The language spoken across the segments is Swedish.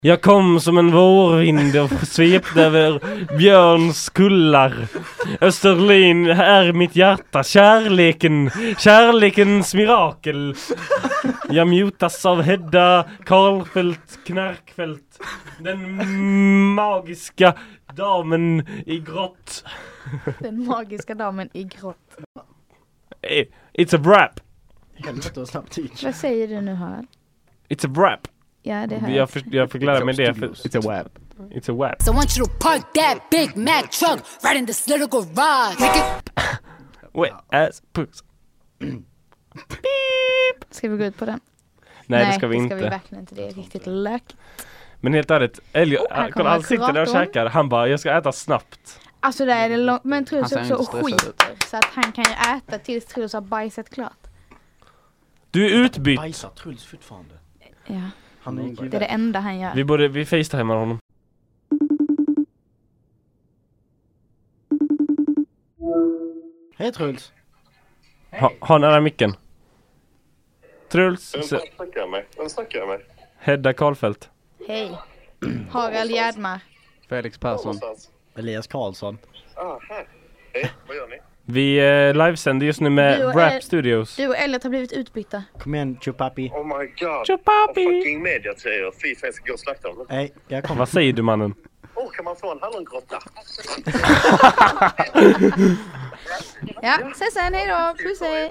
Jag kom som en vårvind och svepte över Björns kullar. Österlin är mitt hjärta, kärlekens mirakel. Jag mutas av Hedda Karlfeldt Knarkfeldt, den magiska damen i grått. Den magiska damen i grått. It's a wrap. Vad säger du nu här? It's a wrap. Ja, det här. Jag fick lära mig det. It's a web. It's a wrap. So I want you to park that Big Mac truck right in this little garage. Wet ass puss. Ska vi gå ut på den? Nej, det ska vi det inte. Ska vi verkligen inte. Det är riktigt lök. Men helt ärligt, kolla, han sitter där och kuratorn. käkar. Han bara, jag ska äta snabbt. Alltså där är det långt. Men Truls Han ser också inte och stressad skiter. Så att han kan ju äta tills Truls har bajsat klart. Du är utbytt. Bajsar Truls fortfarande. Ja, Han är det är det enda han gör. Vi facetimar honom. Hej Truls. Ha nära micken. Truls. Vem snackar jag med? Hedda Karlfeldt. Hej. Harald Gärdmar. Felix Persson. Elias Karlsson. Här. Hej, vad gör ni? Vi livesänder just nu med Du och Rap Studios. Du och Elliot har blivit utbytta. Kom igen Chupapi. Oh my god. Chupapi. Fucking mediateorier. Fy fan, jag ska gå och slakta dem. Hej, jag kommer. Vad säger du, mannen? Kan man få en hallongrotta? Ja, sen hej då. Puss hej.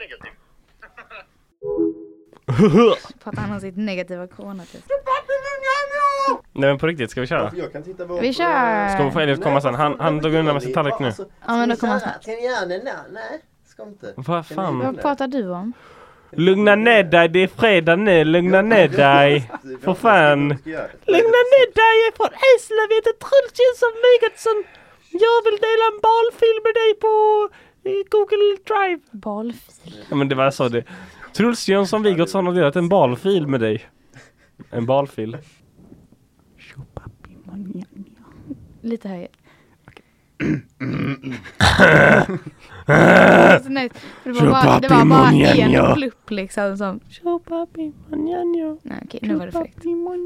Pratar han om sitt negativa coronatest. Nej, men på riktigt, ska vi köra? Jag kan titta på. Vi kör. Ska vi få Elliot komma sen? Han drog undan med sin tallrik nu. Ja, men då kommer han snart. Kan ni göra det? Nej, ska inte. Vad fan? Vad pratar du om? Lugna ner dig, det är fredag nu. Lugna ner dig. För fan. Lugna ner dig, jag är från Eslöv. Jag heter Truls Jensson Mygertsson. Jag vill dela en balfilm med dig på Google Drive. Balfil. Ja, men det var så det. Truls Jensson Mygertsson har delat en balfil med dig. En balfil. Lite högre. Nej, det var bara en plupp liksom som. Nej, okej, nu var det fräckt.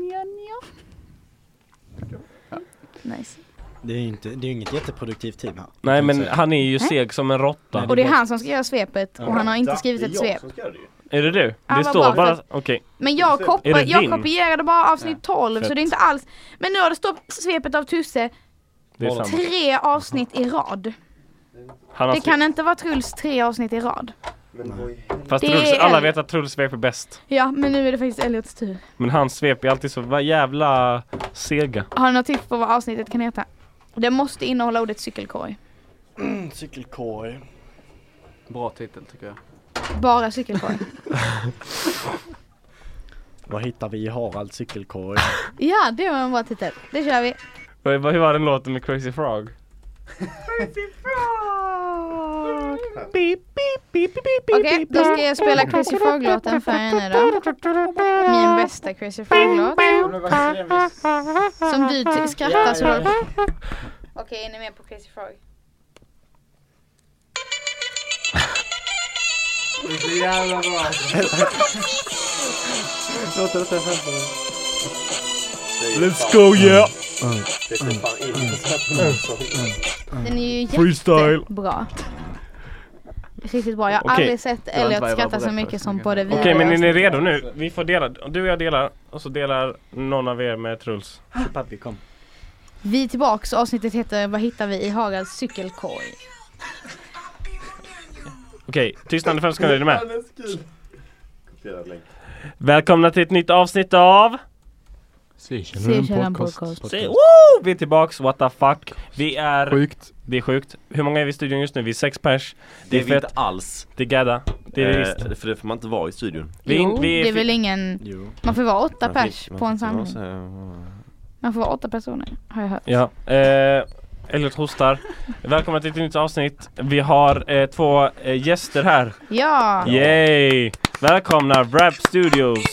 Nice. Det är inget jätteproduktivt team här. Nej, men han är ju seg som en råtta. Och det är han som ska göra svepet och han har inte skrivit ett svep. Är det du? Ja, Det vad står bra, bara... för- Okej. Men jag din? kopierade bara avsnitt 12 så fett. det är inte alls. Men nu har det stått svepet av Tusse Det är samma. 3 avsnitt i rad. Han har Det kan inte vara Truls 3 avsnitt i rad. Fast Det Truls, är alla Elliot. vet att Truls svep är bäst. Ja, men nu är det faktiskt Elliots tur. Men hans svep är alltid så jävla sega. Har du något tips på vad avsnittet kan heta? Det måste innehålla ordet cykelkorg. Cykelkorg. Bra titel tycker jag. Bara cykelkorg. Vad hittar vi i Harald cykelkorg? Ja, det var en bra titel. Det kör vi. Hur var den låten med Crazy Frog? Okej, då ska jag spela Crazy Frog-låten för henne då. Min bästa Crazy Frog-låt. Som du skrattar så då. Okej, är ni med på Crazy Frog? Det är så jävla bra. Let's go, yeah! Den är ju Freestyle. jättebra. Riktigt bra. Jag har Okej. aldrig sett inte Elliot vad jag var skratta så beredd mycket på, som så på det Okej, men är ni redo nu? Vi får dela. Du och jag delar. Och så delar någon av er med Truls. Chupapi, kom. Vi är tillbaks. Avsnittet heter Vad hittar vi i Haralds cykelkorg? Okej, tystnad i 5 sekunder. Är ni med? Välkomna till ett nytt avsnitt av... Källan podcast. Vi är tillbaks, what the fuck. Vi är... Sjukt. Det är sjukt. Hur många är vi i studion just nu? Vi är 6 pers. Det är vi fett. inte alls. Det är gadda. Det är det visst. För det får man inte vara i studion. Jo, det är väl ingen... Jo. Man får vara 8 Man pers fick- på en man fick samling. vara Man får vara 8 personer, har jag hört. Ja, Elliot hostar. Välkomna till ett nytt avsnitt. Vi har 2 gäster här. Ja! Yay! Välkomna Rap Studios.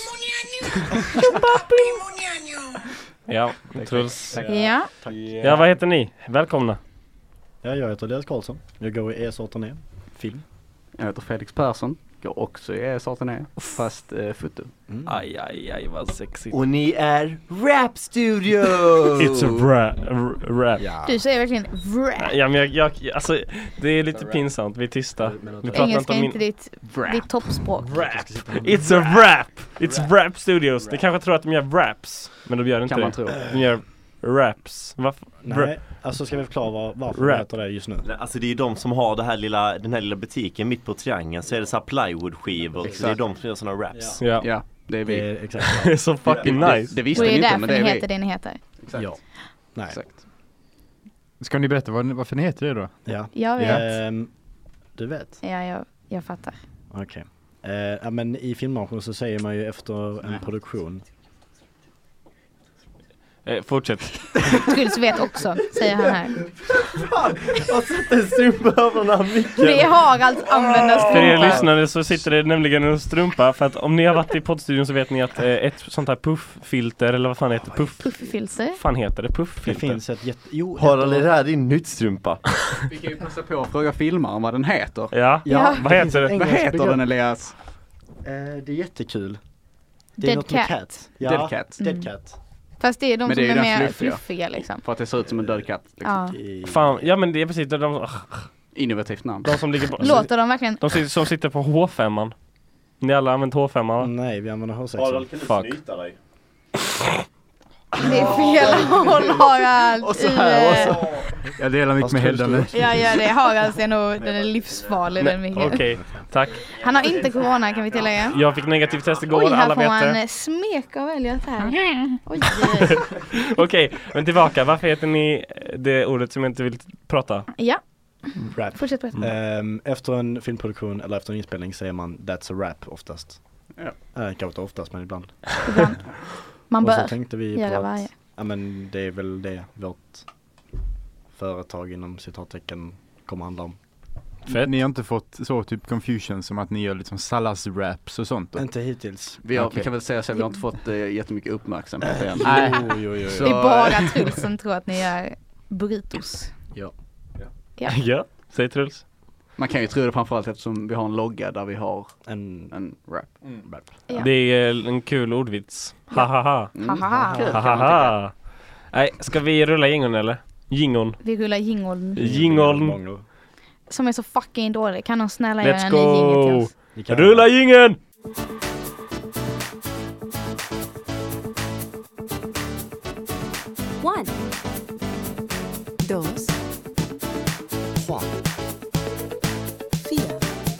Ja, Truls. Ja. Ja, vad heter ni? Välkomna. Ja, jag heter Elias Karlsson. Jag går i E18 film. Jag heter Felix Persson. Går också i Satan är fast foto. Aj, vad sexigt. Och ni är Rap Studio! It's a rap. Ja. Du säger verkligen rap. Ja, men jag alltså, det är lite pinsamt, vi är tysta. Vi pratar Engelska är om inte ditt toppspråk. rap. It's a rap! It's Rap Studios. Ni kanske tror att de gör raps, men de gör inte Kan man det. tro. De gör raps. Nej, alltså ska vi förklara varför Rap. det heter det just nu? Alltså det är de som har den här lilla butiken mitt på triangeln, så är det så här plywoodskivor. Så det är de som gör såna raps. Ja. Ja, det är Det vi. är exakt. Det är så fucking nice. Det Och visste det ni är inte, därför men det är ni vi. heter det ni heter. Exakt. Ja. Nej. Exakt. Ska ni berätta varför ni heter det då? Ja. Jag vet. Du vet? Ja, jag fattar. Okej. Ja, men i filmbranschen så säger man ju efter en produktion. Fortsätt. Truls vet också, säger han här. Jag sätter en strumpa över den här micken. Det är Haralds använda För er strumpor. lyssnare så sitter det nämligen en strumpa. För att om ni har varit i poddstudion så vet ni att ett sånt här pufffilter, eller vad fan heter Pufffilter. fan heter det? Det Pufffilter. finns ett Harald, är det här din nyttstrumpa? Vi kan ju passa på att fråga filmaren vad den heter. Ja. Vad heter det? Vad heter den, Elias? det är jättekul. Det är Dead något med Cat. cat. Ja, Dead Cat. Dead Cat. Fast det är de Men som det är är, den mer fluffiga. fluffiga liksom. För att det ser ut som en död katt. Liksom. Ja. Fan, ja men det är precis Innovativt namn. de som ligger på, Låter de verkligen... som sitter på H5-man. Ni alla har använt H5-man. Nej, vi använder H6. Harald, kan du Fuck. snyta dig? Det är fel håll Harald. Och så här, och så. Jag delar mitt med Hedda nu. Ja, gör det. Harald är nog, den är livsfarlig den micken. Okej, tack. Han har inte corona kan vi tillägga. Jag fick negativt test igår, Oj, här alla får vet det. man smeka av Elliot här. Oj. Okej, men tillbaka. Varför heter ni det ordet som jag inte vill prata? Ja, Rap. fortsätt berätta. Efter en filmproduktion eller efter en inspelning säger man that's a rap oftast. Ja. Kanske inte oftast, men ibland. Ibland. Man Och så bör tänkte vi på göra att, varje. ja men det är väl det vårt företag inom citattecken kommer handla om. Fett. Ni har inte fått så typ confusion som att ni gör liksom salladsraps och sånt då? Inte hittills. Vi Okej. kan väl säga så att vi har inte fått jättemycket uppmärksamhet än. Jo. Så- Det är bara Truls som tror att ni gör burritos. Ja. Ja, säg Truls. Man kan ju tro det framförallt eftersom vi har en logga där vi har En rap. rap. Ja. Det är en kul ordvits. Hahaha. Hahaha. Kul, kan man Hahaha. Nej, ska vi rulla jingeln eller? Jingeln. Vi rullar jingeln. Jingeln. Som är så fucking dålig. Kan någon snälla göra Let's en ny jingel till go. oss? Rulla jingeln! One, dos, fyra.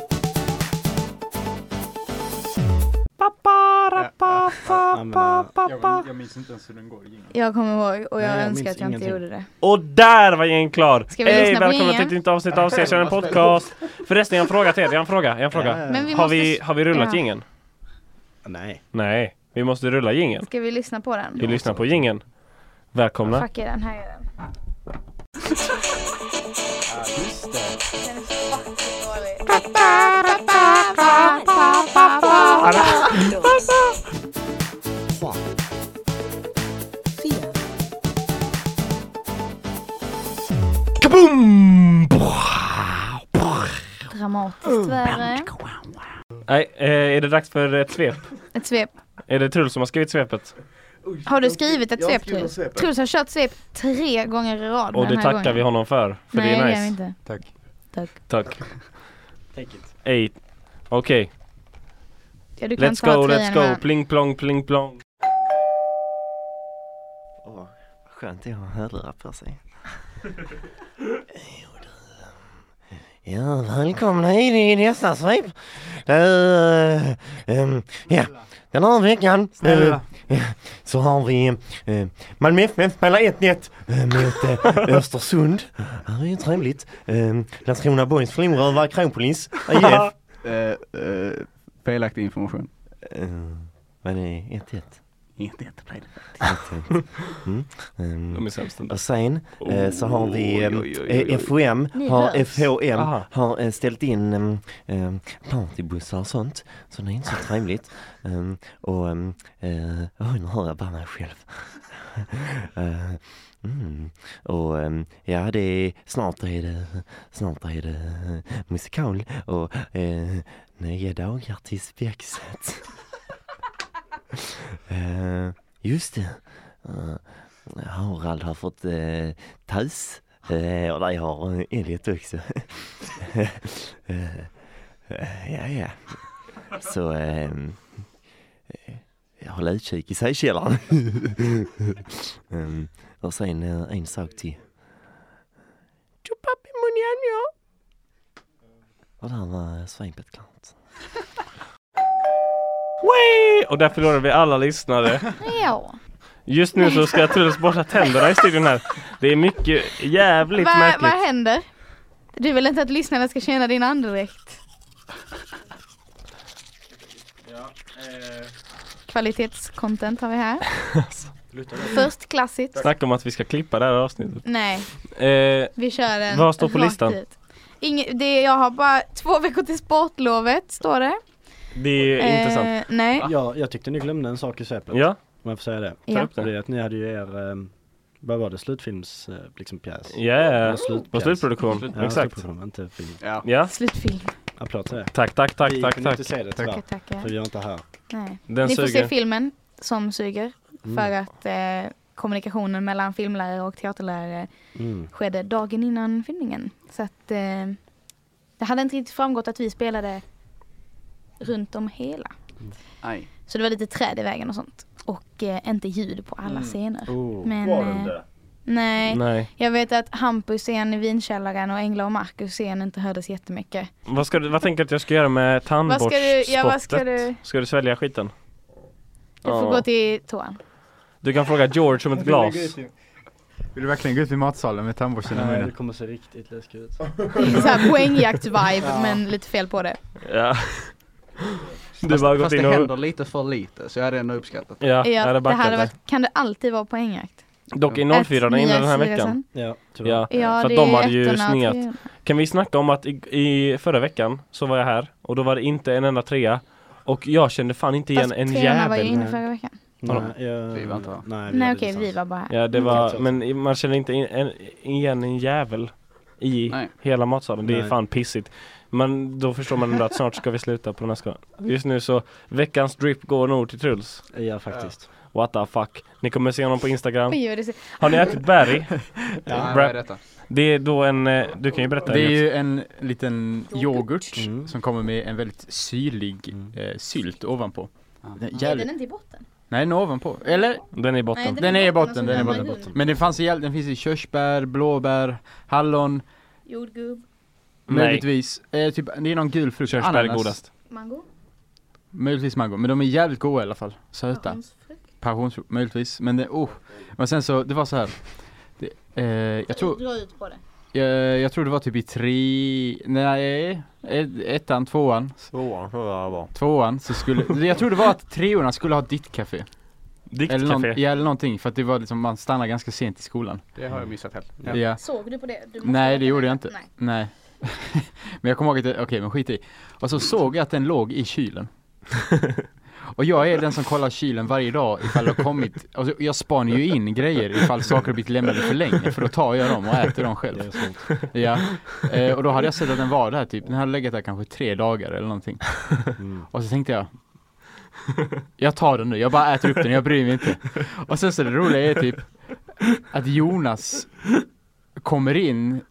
Jag minns inte ens hur den går. Jag kommer ihåg och jag Nej, jag önskar minns att jag inte ingenting. gjorde det. Och där var jingeln klar. Ska vi lyssna på välkomna jingeln? till ett nytt avsnitt av C kör en podcast. Förresten, jag har en fråga till er. Jag har en fråga. Men vi Har vi rullat Ja. jingeln? Nej. Nej, vi måste rulla jingeln. Ska vi lyssna på den? Vi lyssnar på jingeln. Välkomna. Fuck är den, här är den. Den är så fucking dålig. Fyra. Kaboom! Dramatiskt värre. Nej, är det dags för ett svep? Ett svep. Är det Truls som har skrivit svepet? Har du skrivit ett Jag har svep, skrivit Truls? svepet. Truls har kört svep 3 gånger i rad Och den det här tackar gången. vi honom för Nej, det är det gör vi nice. inte. Tack. Tack. Take it. 8. Okej. Ja, du kan Let's ta go, tröjan let's go. med. Pling plong, pling plong. Åh, skönt det har hörlurar på sig. Ja, välkomna hit i nästa svep. Ja, den här veckan så har vi Malmö FF spelar 1-1 mot Östersund. Det är ju trevligt. Landskrona Boys förlorar över Akropolis. Felaktig information. Vad är det? 1-1? Inte jätteplay. De är sämst ändå. Och sen så har vi FOM, har ställt in partybussar och sånt. Så det är inte så trevligt. Och nu hör jag bara mig själv. Och ja, det är snart är det musikal och 9 dagar till spexet. Just det. Harald har fått tass. Och där har Elliot också. Ja. Så jag håller utkik i Seychellen. Och sen en sak till. Chupapi munjanjo. Och där var svepet klart. Och där förlorar vi alla lyssnare. Ja. Just nu så ska jag Truls borsta tänderna i studion här. Det är mycket jävligt märkligt. Vad händer? Du vill inte att lyssnarna ska känna din andedräkt? Kvalitetscontent har vi här. Först klassigt. Snacka om att vi ska klippa det här avsnittet. Nej. Vi kör den. Vad står på listan? Jag har bara 2 veckor till sportlovet, står det. Det är intressant. Nej. Ja, jag tyckte ni glömde en sak i svepet. Ja. Om jag får säga det. Ja. Det är att ni hade ju vad var det? Slutfilms liksom pjäs. Ja, på slutproduktion. Ja, exakt. slutproduktion, inte film. Ja. Slutfilm. Applåd till det. Tack. Vi kunde inte se det tyvärr. Tackar. För vi är inte här. Nej. Den Ni får suger. se filmen som suger. För att kommunikationen mellan filmlärare och teaterlärare skedde dagen innan filmningen. Så att det hade inte riktigt framgått att vi spelade runt om hela. Nej. Så det var lite träd i vägen och sånt. Och inte ljud på alla scener. Men nej. Jag vet att Hampus scen i vinkällaren och Engla och Marcus scen inte hördes jättemycket. Vad tänker du att jag ska göra med tandborstspottet? Ska du svälja skiten? Du får gå till toan. Du kan fråga George om ett glas. Vill du verkligen gå ut i matsalen med tandborsten i Nej, munnen? det kommer se riktigt läskigt ut. Så här poängjakt-vibe, men lite fel på det. Ja. Fast det händer lite för lite, så jag hade ändå uppskattat. Ja, det hade varit, kan det alltid vara poängjakt? Dock i 04 innan den här veckan. Ja, ja, för att de hade ju snett. Kan vi snacka om att i förra veckan så var jag här och då var det inte en enda 3 och jag kände fan inte igen en jävel. Var ju inne förra veckan. Vi var inte här. Nej, okej, vi var bara här. Ja, det var, men man känner inte igen en jävel i hela matsalen. Det är fan pissigt. Men då förstår man ändå att snart ska vi sluta på den här skolan. Just nu så, veckans drip går nog till Truls. Ja, faktiskt. What the fuck. Ni kommer se honom på Instagram. Oj, har ni ätit berry? Ja, vad är detta? Det är då en, du kan ju berätta. Det är ju en liten yoghurt som kommer med en väldigt syrlig sylt ovanpå. Är den inte i botten? Nej, den är ovanpå. Eller? Den är i botten. Den är i botten. Men den finns i körsbär, blåbär, hallon. Jordgubb. Möjligtvis. Typ, det är någon gul frukt. Körsbär är godast. Mango? Möjligtvis mango. Men de är jävligt goda i alla fall. Söta. Passionsfrukt. Möjligtvis. Men det, Men sen så, det var så här. Jag tror... Dra ut på det. Jag tror det var typ i 3... Nej, 1:an, 2:an. 2:an så skulle... Jag tror det var att 3:orna skulle ha ditt café. Eller någonting, för att det var liksom, man stannar ganska sent i skolan. Det har jag missat helt. Ja. Såg du på det? Nej, det gjorde jag inte. Nej. Men jag kommer ihåg att okej, men skit i. Och så såg jag att den låg i kylen. Och jag är den som kollar kylen varje dag ifall det har kommit. Alltså, jag spanar ju in grejer ifall saker har blivit lämnade för länge, för då tar jag dem och äter dem själv. Ja. Och då hade jag sett att den var där typ. Den hade legat där kanske 3 dagar eller någonting. Och så tänkte jag tar den nu, jag bara äter upp den, jag bryr mig inte. Och sen så det roliga är typ att Jonas kommer in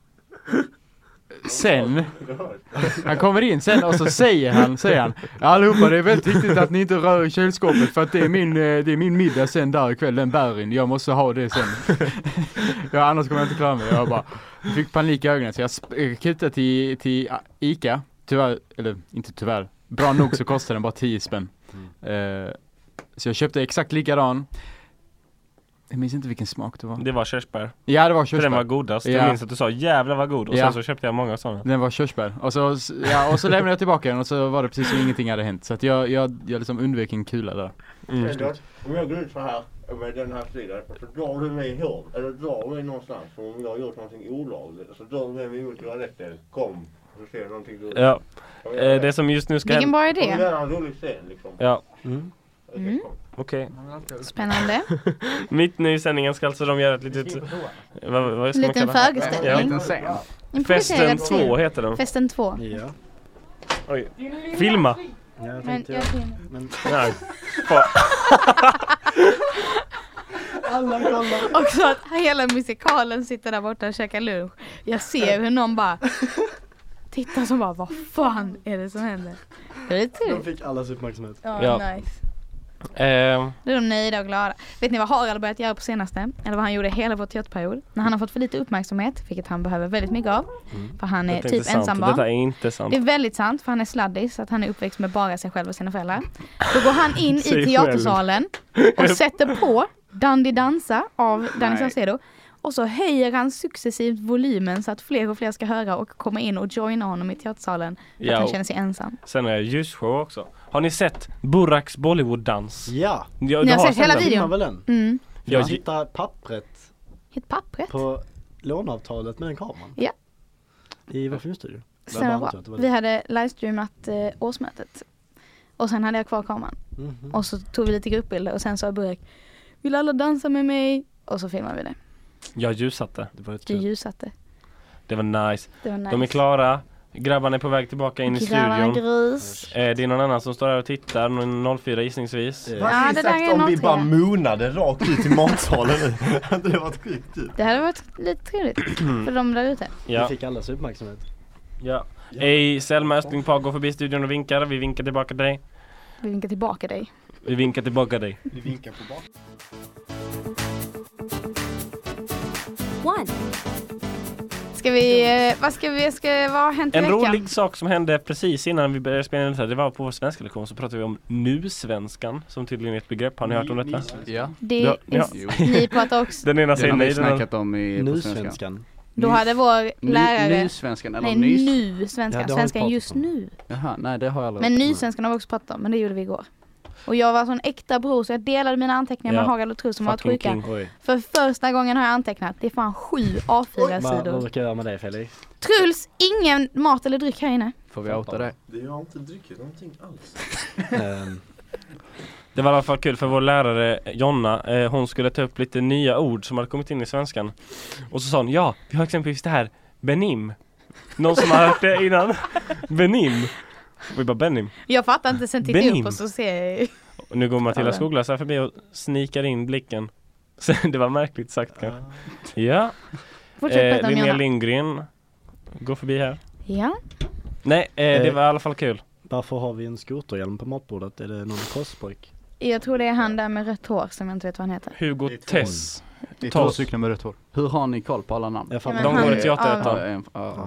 sen. Han kommer in sen och så säger han allihopa, det är väldigt viktigt att ni inte rör i kylskåpet för att det är min middag sen där ikväll, den bärin, jag måste ha det sen. Ja, annars kommer jag inte klara mig. Jag bara fick panik i ögonen så jag kutade till Ica. Tyvärr, eller inte tyvärr, bra nog så kostade den bara 10 spänn. Så jag köpte exakt likadan. Jag minns inte vilken smak det var. Det var körsbär. Ja, det var körsbär. För den var godast. Ja. Jag minns att du sa jävla vad god. Och sen så köpte jag många sådana. Den var körsbär. Och så lämnade jag tillbaka den och så var det precis som ingenting hade hänt. Så att jag liksom undvek en kula där. Om jag går ut så här med den här stilen så drar du mig ihåg. Eller drar du mig någonstans. Om jag har gjort någonting olagligt. Så drar du mig ut i toaletten. Kom. Så ser du någonting du... Ja. Det som just nu ska Vilken bra idé. Det är en rolig scen liksom. Ja. Okej. Spännande. Mitt nu i sändningen ska alltså de göra ett litet... Vad ska liten man kalla det? föreställning. Ja. Festen 2 heter den. Festen 2. Ja. Oj. Filma. Ja, jag Men tänkte jag Nej. också att hela musikalen sitter där borta och käkar lunch. Jag ser hur någon bara tittar som bara, vad fan är det som händer? Det är de fick allas uppmärksamhet. Ja, nice. Det är de nöjda och glada. Vet ni vad Harald börjat göra på senaste? Eller vad han gjorde hela vår teaterperiod? När han har fått för lite uppmärksamhet, vilket han behöver väldigt mycket av. För han är typ ensambarn. Detta är inte sant. Det är väldigt sant, för han är sladdig, så att han är uppväxt med bara sig själv och sina föräldrar. Då går han in i teatersalen och sätter på Dandy Dansa av Danny Saucedo. Och så höjer han successivt volymen så att fler och fler ska höra och komma in och joina honom i teatersalen för att han känner sig ensam. Sen är det ljusshow också. Har ni sett Buraks Bollywood-dans? Ja. Ni har sett hela videon? Väl den? Mm. Jag hittade pappret. Pappret? På låneavtalet med den kameran. Ja. I vår filmstudio. Vi hade livestreamat årsmötet. Och sen hade jag kvar kameran. Och så tog vi lite gruppbilder och sen sa Burak, vill alla dansa med mig? Och så filmade vi det. Jag ljussatte. Du ljussatte. Det var nice. Det var nice. De är klara. Grabbarna är på väg tillbaka in i studion. Gris. Det är någon annan som står där och tittar. Någon 04 gissningsvis. Vad hade det sagt om vi bara monade rakt ut i matsalen nu? Hade det varit sjukt typ? Det hade varit lite trevligt för de där ute. Vi fick allas uppmärksamhet. Ja. Selma Östling-Pag går förbi studion och vinkar. Vi vinkar tillbaka dig. Vi vinkar tillbaka dig. Vi vinkar tillbaka dig. Vi vinkar på bak. Vad har hänt i veckan? veckan? En rolig sak som hände precis innan vi började spela in det var på vår svenska lektion så pratade vi om nu-svenskan som tydligen är ett begrepp. Har ni hört om detta? Ja. Ni pratar också. Den ena säger nej. Den har snackat om i nu-svenskan. Då hade vår lärare... Nu-svenskan eller nu-svenskan. Svenskan just nu. Jaha, nej det har jag aldrig. Men ny-svenskan har vi också pratat om, men det gjorde vi igår. Och jag var sån äkta bror så jag delade mina anteckningar med Harald och Trus som var sjuka. För första gången har jag antecknat. Det är fan 7 A4-sidor. Vad ska jag göra med dig, Felix? Truls, ingen mat eller dryck här inne. Får vi outa det? Jag har inte druckit någonting alls. Det var i alla fall kul för vår lärare Jonna, hon skulle ta upp lite nya ord som hade kommit in i svenskan. Och så sa hon, ja, vi har exempelvis det här Benim. Någon som har hört det innan? Benim. Vi bara Benim. Jag fattar inte, sen tittar jag upp och så ser jag. Och nu går Matilda Skoglas här förbi och snikar in blicken. Så det var märkligt sagt kanske. Ja. Linnea Lindgren går förbi här. Ja. Nej, det var i alla fall kul. Varför har vi en skoterhjälm på matbordet? Är det någon crosspojk? Jag tror det är han där med rött hår som jag inte vet vad han heter. Hugo Tess. Det är 2 stycken med rött hår. Hur har ni koll på alla namn? De går i teaterättan.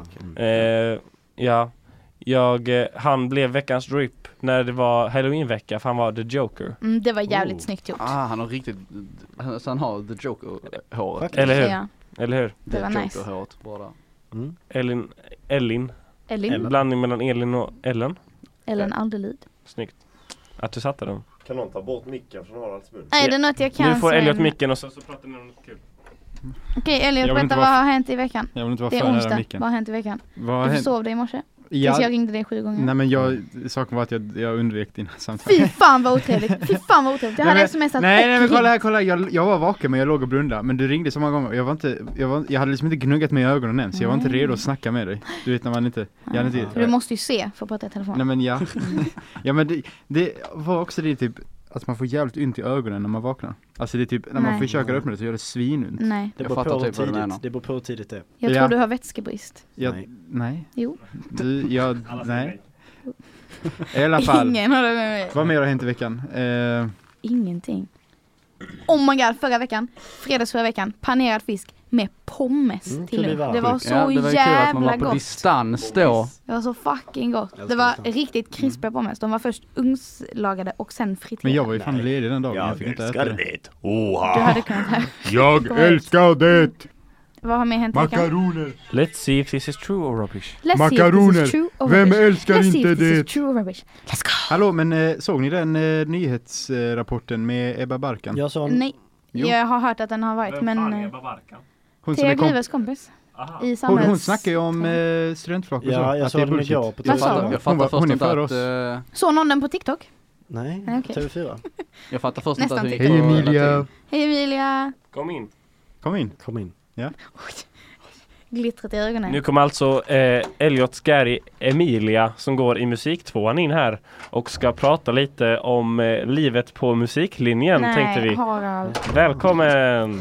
Ja. Han blev veckans drip när det var Halloween-vecka för han var The Joker. Det var jävligt snyggt gjort. Han har riktigt, så han har The Joker-håret. Eller hur? Ja. Eller hur? Det var nice. Joker-håret bara. Ellin. Blandning mellan Elin och Ellen. Ellen Alderlid. Snyggt. Att du satte den. Kan någon ta bort micken från Haralds mun? Nej, det är något jag kan. Nu får Elliot micken och så pratar ni om något kul. Okej, Elliot, berätta vad har hänt i veckan? Jag vill inte vara det är onsdag. Vad har hänt i veckan? Du sov dig i morse? Tills jag ringde dig 7 gånger. Nej, men saken var att jag undvek dina samtal. Fy fan vad otrevligt. Jag hade smsat. Nej, men kolla. Jag var vaken men jag låg och blundade. Men du ringde så många gånger. Jag hade liksom inte gnuggat mig i ögonen än. Så jag var inte redo att snacka med dig. Du vet när man inte... Du måste ju se för att prata i telefon. Nej, men ja. Ja, men det var också det typ... Att man får jävligt ont i ögonen när man vaknar. Alltså det är typ, när man försöker öppna det så gör det svinont. Nej. Det beror på hur tidigt det är. Jag tror du har vätskebrist. Nej. Jo. Nej. I alla fall. Ingen har det med mig. Vad mer har hänt i veckan? Ingenting. Oh my god, förra veckan. Fredags förra veckan. Panerad fisk. med pommes till lunch. Det var så det var jävla kul att man var på gott. distans då. Det var så fucking gott. Det var riktigt krispiga pommes. De var först ugnslagade och sen friterade. Men jag var ju fan ledig den dagen. Jag fick inte äta det. Du hade kunnat här. Jag älskar det! Vad har mer hänt? Makaroner. Let's see if this is true or rubbish. Makaroner. Vem älskar Let's see inte if this det? is true or rubbish. Let's go. Hallå, men såg ni den nyhetsrapporten med Ebba Barkan? Jag sa Nej, Jo. jag har hört att den har varit, men Hon som Thea är Grives kompis. I hon samhälls... snackar ju om studentflock och så. Ja, jag att såg det är den bullshit. igår på Vad sa TV4. du? Jag fattar hon är först för inte att... Såg någon den på TikTok? Nej, Okej. TV4. Jag fattar först inte Nästan att hon gick TikTok. på Hej Emilia! latin. Hej Emilia! Kom in. Kom in. Glittret i ögonen. Nu kommer alltså Elliot Scary Emilia som går i musiktvåan in här och ska prata lite om livet på musiklinjen, tänkte vi. Harald. Välkommen!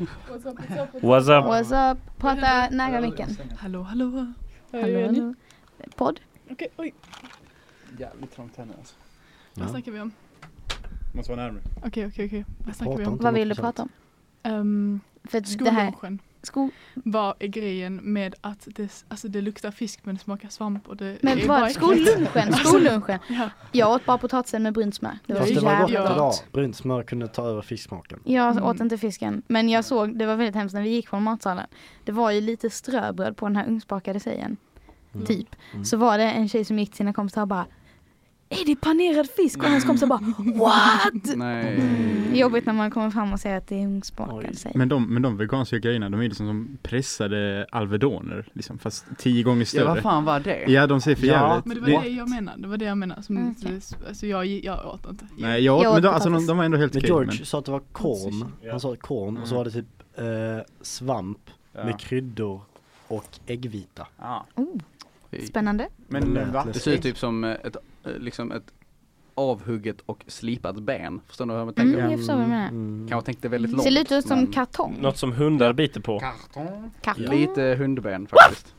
What's up? What's up? Prata nära micken. Hallå. Hallå, hallå. Podd? Okej, oj. Jävligt trångt här nu alltså. Vad snackar vi om? Måste vara närmare. Okej. Vad snackar vi Prata om? inte Vad vill du mycket prata om? För att Skollunchen. Skol... Vad är grejen med att det luktar fisk men det smakar svamp och det Men är vad? bara Skollunchen. Ja. Jag åt bara potatisen med brynt smör. Det var Fast det var gott jävla idag. gott. Brynt smör kunde ta över fisksmaken. Jag åt inte fisken. Men jag såg, det var väldigt hemskt när vi gick från matsalen. Det var ju lite ströbröd på den här ugnsbakade tjejen. Typ. Så var det en tjej som gick till sina kompisar och bara: är det panerad fisk? Och hans kompisar bara: what? Nej. Jobbigt när man kommer fram och säger att det är ugnsbakad tjej. Men de veganska grejerna, de är liksom som pressade alvedoner, liksom, fast 10 gånger större. Ja, vad fan var det? Ja, de ser för jävligt. Men det var det jag menade. Som, alltså jag åt inte. Nej, jag åt, men de var ändå helt Men okej. George sa att det var korn. Han sa korn och så var det typ svamp med kryddor och äggvita. Spännande. Men va? Det ser ut typ som ett avhugget och slipat ben. Förstår du vad jag tänker? Jag förstår vad du menar. Kanske tänkte väldigt långt. Ser lite ut som kartong. Något som hundar biter på. Kartong. Lite hundben faktiskt.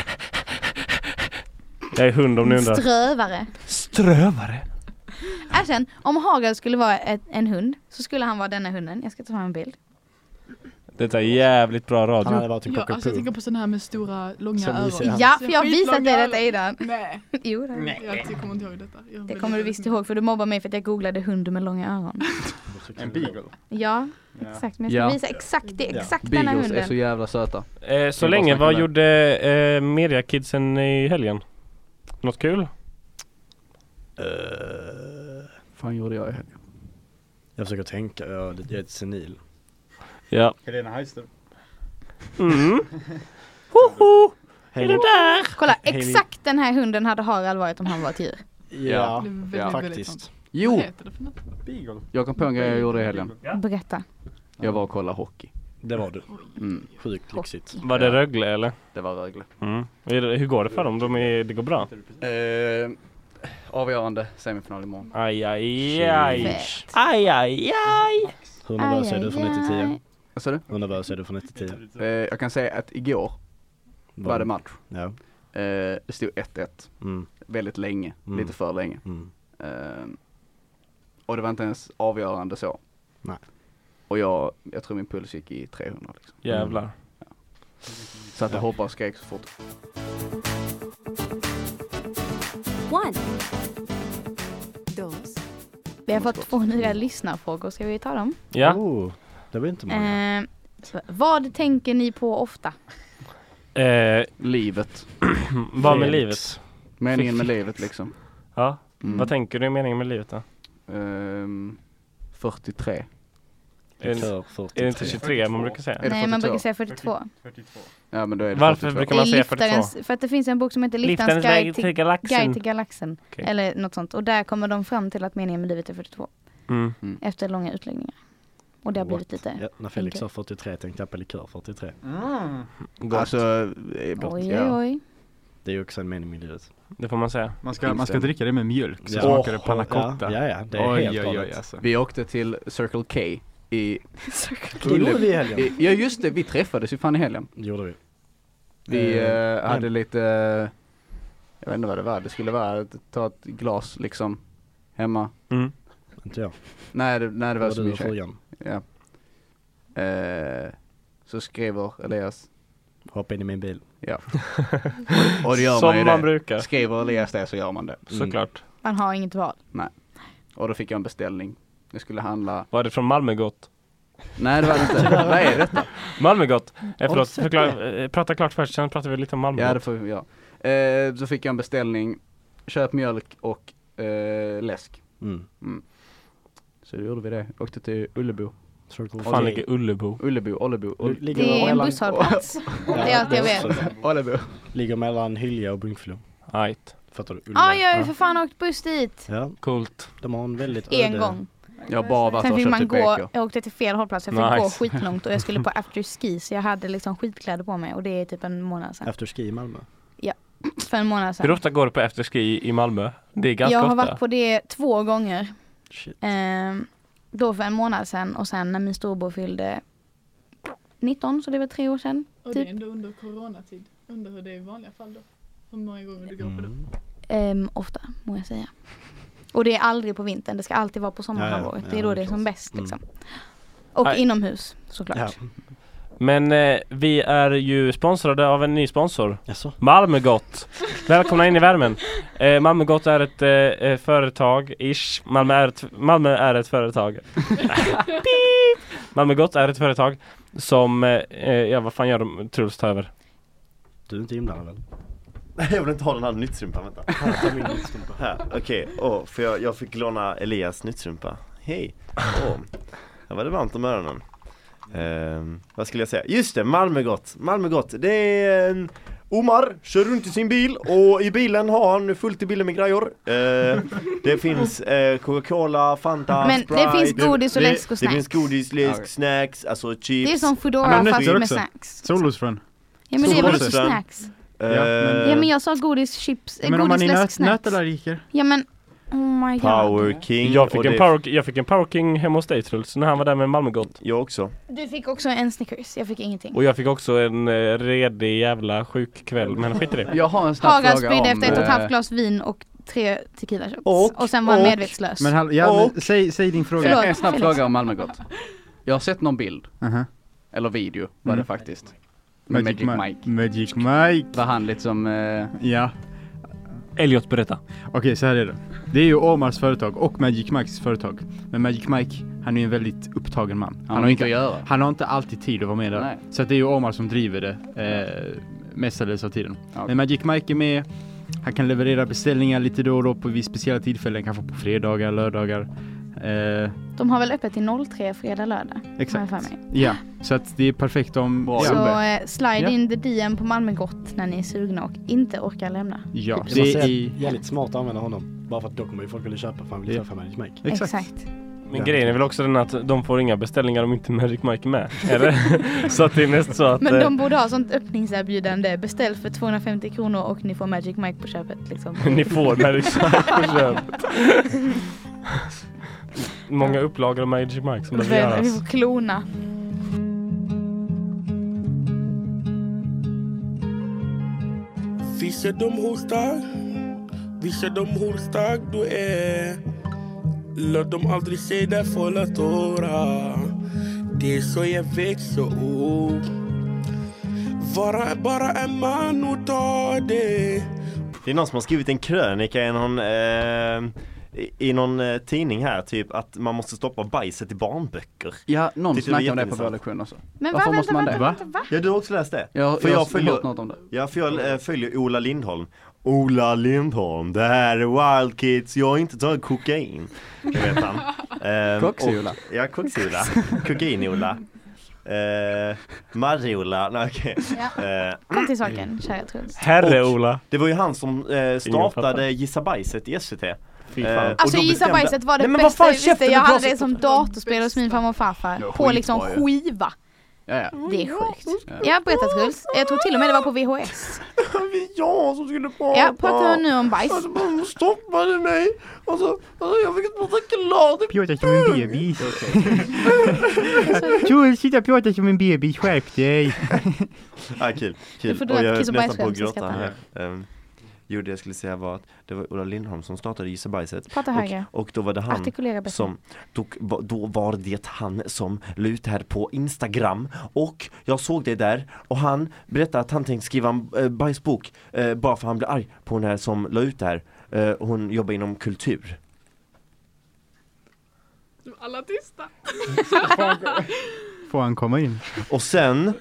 Jag är hund om ni undrar. Strövare. Erkänn, om Hagel skulle vara en hund så skulle han vara denna hunden. Jag ska ta fram en bild. Det är jävligt bra radio. Han hade varit en Alltså jag tänker på sån här med stora, långa öron. Ja, för jag har visat dig detta innan. Nej. Jo, det Jag kommer inte ihåg detta. det kommer du visst ihåg, för du mobbar mig för att jag googlade hund med långa öron. En beagle. Ja, exakt. Men jag ska visa exakt denna Beagles hunden. är så jävla söta. Så länge, vad gjorde Mediakidsen i helgen? Något kul? Fan gjorde jag i helgen? Jag försöker tänka, jag är ett senil. Ja. Helena Heister. Hoho! Är det där? Kolla, exakt den här hunden hade Harald varit om han var ett djur. Ja, väldigt faktiskt. Jo! Vad heter det för något? Beagle. Jag kom på en grej jag gjorde i helgen. Berätta. Jag var och kollade hockey. Det var du. Mm. Sjukt lyxigt. Var det Rögle eller? Det var Rögle. Hur går det för dem? Det går bra? Avgörande semifinal imorgon. Aj. Hur nervös är du från 1 till 10? Vad sa du? Hur nervös är du från 1 till 10? Jag kan säga att igår var det match. Ja. Det stod 1-1. Väldigt länge. Lite för länge. Och det var inte ens avgörande så. Nej. Och jag tror min puls gick i 300 liksom. Jävlar. Ja. Så att jag hoppade och skrek så fort. Vi har fått 2 nya lyssnarfrågor. Ska vi ta dem? Ja. Det blir inte många. Vad tänker ni på ofta? Livet. Vad med livet? Meningen med livet liksom. Ja. Vad tänker du är meningen med livet då? 43. Är det inte 23 man brukar säga? Nej, man brukar säga 42. Ja, men då är det Varför 42. brukar man säga 42? För att det finns en bok som heter Liftarens Guide till Galaxen. Okay. Eller något sånt. Och där kommer de fram till att meningen med livet är 42. Efter långa utläggningar. Och det har blivit lite... Ja, när Felix sa 43 tänkte jag på likör 43. Alltså, oj. Det är ju också en mening med livet. Det får man säga. Man ska dricka det med mjölk så smakar det panna cotta. Ja, det är helt galet. Alltså. Vi åkte till Circle K i Det gjorde vi i helgen. Ja just det, vi träffades ju fan i helgen. Gjorde vi. Vi hade lite, jag vet inte vad det var. Det skulle vara att ta ett glas liksom hemma. Inte jag. Nej, det var så du mycket. Ja. så skriver Elias. Hoppa in i min bil. Ja. Och det gör som man ju man det. brukar. Skriver Elias det så gör man det. Såklart. Man har inget val. Nej. Och då fick jag en beställning. Jag skulle handla... Var det från Malmö gott? Nej, det var det inte. Vad är detta? Malmö gott. Förlåt, prata klart först, sen pratar vi lite om Malmö. Ja, det får vi göra. Så fick jag en beställning. Köp mjölk och läsk. Så då gjorde vi det. Åkte till Ullebo. Fan ligger Ullebo? Ullebo. Det är en busshållplats. Det är allt jag vet. Ullebo. Ligger mellan Hylja och Bunkflo. Right. Fattar du? Ja, jag har ju för fan åkt buss dit. Ja. Coolt. De har en väldigt En gång. Jag bara varit sen och fick köpt man typ gå, veckor. jag åkte till fel hållplats. Jag fick gå skitlångt och jag skulle på afterski, så jag hade liksom skitkläder på mig och det är typ en månad sedan. Afterski i Malmö? Ja, för en månad sedan. Hur ofta går du på afterski i Malmö? Det är ganska jag har ofta. varit på det 2 gånger. Shit. Då för en månad sedan och sen när min storbror fyllde 19, så det var 3 år sedan. Och typ. det är ändå under coronatid. Undrar hur det är i vanliga fall då. Hur många gånger du går på det? Ofta, må jag säga. Och det är aldrig på vintern, det ska alltid vara på sommarhalvåret. Det är då det är som bäst liksom. Och inomhus, såklart. Ja. Men vi är ju sponsrade av en ny sponsor. Jaså? Malmö Gott. Välkomna in i värmen. Malmö Gott är ett företag-ish. Malmö är ett företag. Malmö Gott är ett företag som, vad fan gör de? Truls ta över. Du är inte inblandad väl? Jag vill inte ha den här nyttstrumpan, vänta. Här, okej. För jag fick låna Elias nyttstrumpa. Hej. Här var det varmt om öronen. Vad skulle jag säga? Just det, Malmö Gott. Det är Omar kör runt i sin bil och i bilen har han fullt i bilen med grejer. Det finns Coca-Cola, Fanta, men Sprite. det finns godis och läsk och snacks. Det finns godis, läsk, snacks, alltså chips. Det är som Foodora fast med snacks. Solrosfrön. Ja, men det är väl också snacks. Ja, men jag sa godis, chips, men godis, läsk, snacks. nötallergiker. Ja, men oh my god. Power King. Jag fick en Power King hemma hos dig, Truls, när han var där med Malmö Gott. Jag också. Du fick också en Snickers, jag fick ingenting. Och jag fick också en redig jävla sjuk kväll, men skit i det. Jag har en snabb Haga fråga spydde om... efter 1,5 glas vin och 3 tequila shots. Och sen var han medvetslös. Men säg din fråga. Förlåt, en snabb fråga om Malmö Gott. Jag har sett någon bild. Eller video var det faktiskt. Magic Mike. Var han lite som... Ja. Elliot, berätta. Okej, så här är det. Det är ju Omars företag och Magic Mikes företag. Men Magic Mike, han är ju en väldigt upptagen man. Han har inte att göra. Han har inte alltid tid att vara med där. Nej. Så att det är ju Omar som driver det mestadels av tiden. Okay. Men Magic Mike är med. Han kan leverera beställningar lite då och då på vid speciella tillfällen. Kanske på fredagar, lördagar. De har väl öppet till 03 fredag, lördag. Exakt. Ja, så att det är perfekt om... Så slide in the DM på Malmö Gott när ni är sugna och inte orkar lämna. Ja, det är jävligt smart att använda honom. Bara för att då kommer ju folk vilja köpa för han vill träffa Magic Mike. Exakt. Men grejen är väl också den att de får inga beställningar om inte Magic Mike är med. Eller? Så att det är mest så att... Men de borde ha sånt öppningserbjudande. Beställ för 250 kronor och ni får Magic Mike på köpet. Liksom. Ni får Magic Mike på köpet. Många upplagor av Magic Mike som behöver göras. Vi får klona. Visar de hur stark du är. Låt dem aldrig se dig fålla tårar. Det är så jag växer upp. Vara bara en man och ta det. Det är någon som har skrivit en krönika i någon tidning här typ att man måste stoppa bajset i barnböcker. Ja, någon snackar om det på vår lektion också. Men varför måste man det? Va? Ja, du har också läst det. Jag följer något om det. Ja, för jag följer Ola Lindholm. Ola Lindholm, det här är Wild Kids, jag har inte tagit kokain. Det vet han. Koks-Ola. Ja, Koks-Ola. Kokain-Ola. Mariola. Nej, okej. Ja. Kom till saken, kära Truls. Herre-Ola. Det var ju han som startade Gissa Bajset i SVT. Alltså Gissa Bajset var det bästa. Jag hade det som datorspel hos min farmor och farfar. På liksom skiva. Ja. Det är sjukt. Jag har berättat Truls. Jag tror till och med det var på VHS. Jag som skulle prata. Ja, pratar nu om bajs. Alltså, man stoppade mig. Alltså, jag fick inte prata klart. Pjåta som en bebis. Truls, sitta och pjåta som en bebis. Skärp dig. Kul. Du får Och jag kiss och är nästan på att bajsskämt, gråta här. Jo, det jag skulle säga var att det var Ola Lindholm som startade Gissa Bajset. Prata högre. Och då var det han som då var det han som la ut det här på Instagram. Och jag såg det där. Och han berättade att han tänkte skriva en bajsbok bara för han blev arg på hon här som la ut det här. Hon jobbar inom kultur. Alla tysta. Får han komma in? Och sen...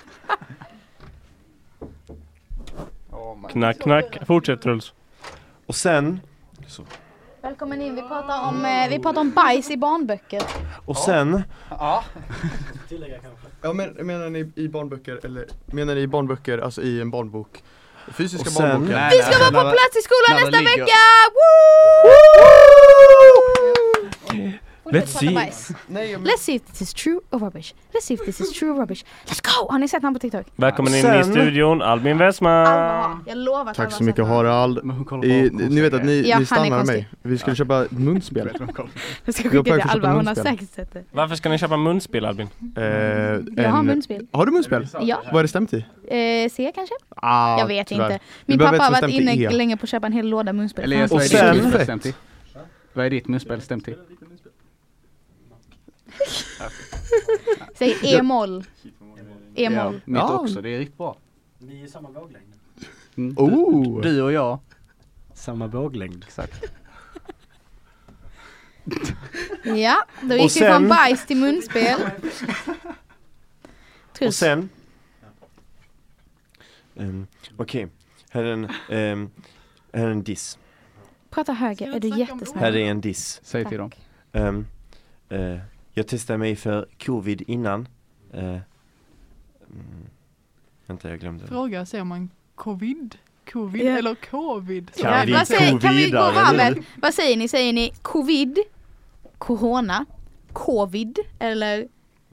Knack, knack. Fortsätt, Truls. Och sen... Så. Välkommen in, vi pratar om bajs i barnböcker. Och sen... Ja. Ja, men menar ni i barnböcker, eller menar ni i barnböcker, alltså i en barnbok? Fysiska sen, barnboken? Vi ska vara på plats i skolan nästa vecka! Let's see. Let's see if this is true or rubbish. Let's see if this is true or rubbish. Let's go! Har ni sett han på TikTok? Välkommen in i studion, Albin Westman. Jag lovar. Tack så mycket, Harald. Ni vet att ni stannar mig. Vi skulle köpa munspel. Jag ska skicka till Alba, hon har säkert sett det. Varför ska ni köpa munspel, Albin? Jag har munspel. Har du munspel? Ja. Vad är det stämt i? C kanske? Ah, jag vet tyvärr. inte. Min pappa har varit inne länge på att köpa en hel låda munspel. Eller vad är ditt munspel stämt i? Vad är ditt munspel stämt i? Säg E-moll. E-moll. Mitt också, det är riktigt bra. Vi är samma våglängd. Du och jag. Samma våglängd. Exakt. Ja, då gick vi från bajs till munspel. Och sen... Okej, här är en diss. Prata högre, är du jättesnäll. Här är en diss. Säg till dem. Jag testade mig för covid innan. Vänta, jag glömde. Fråga, säger man covid eller covid? Kan vi gå varvet? Vad säger ni? Säger ni covid, corona, covid eller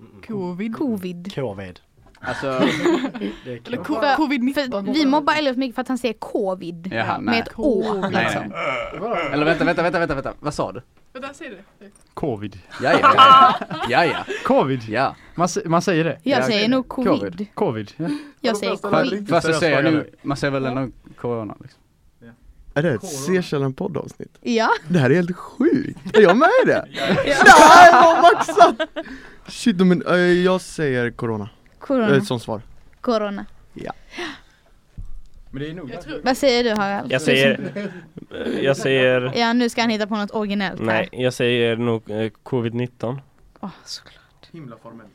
covid? Alltså eller covid-19. Vi mobbar Elliot mycket för att han säger covid. Jaha, med ett å liksom. Eller vänta. Vad sa du? Vänta, säg det. Covid. Ja. Covid. Ja. Man säger det. Jag säger nog covid. Covid. Ja. Jag säger covid. Fast jag säger nu, man säger väl ändå corona liksom. Är det ett C-källan poddavsnitt? Ja. Det här är helt sjukt. Är jag med i det? Nej, vad maxat! Shit, men jag säger corona. Ett sånt svar. Corona. Ja. Men det är nog. Vad säger du, Harald? Jag säger... Ja, nu ska han hitta på något originellt. Nej, jag säger nog covid-19. Såklart. Himla formellt.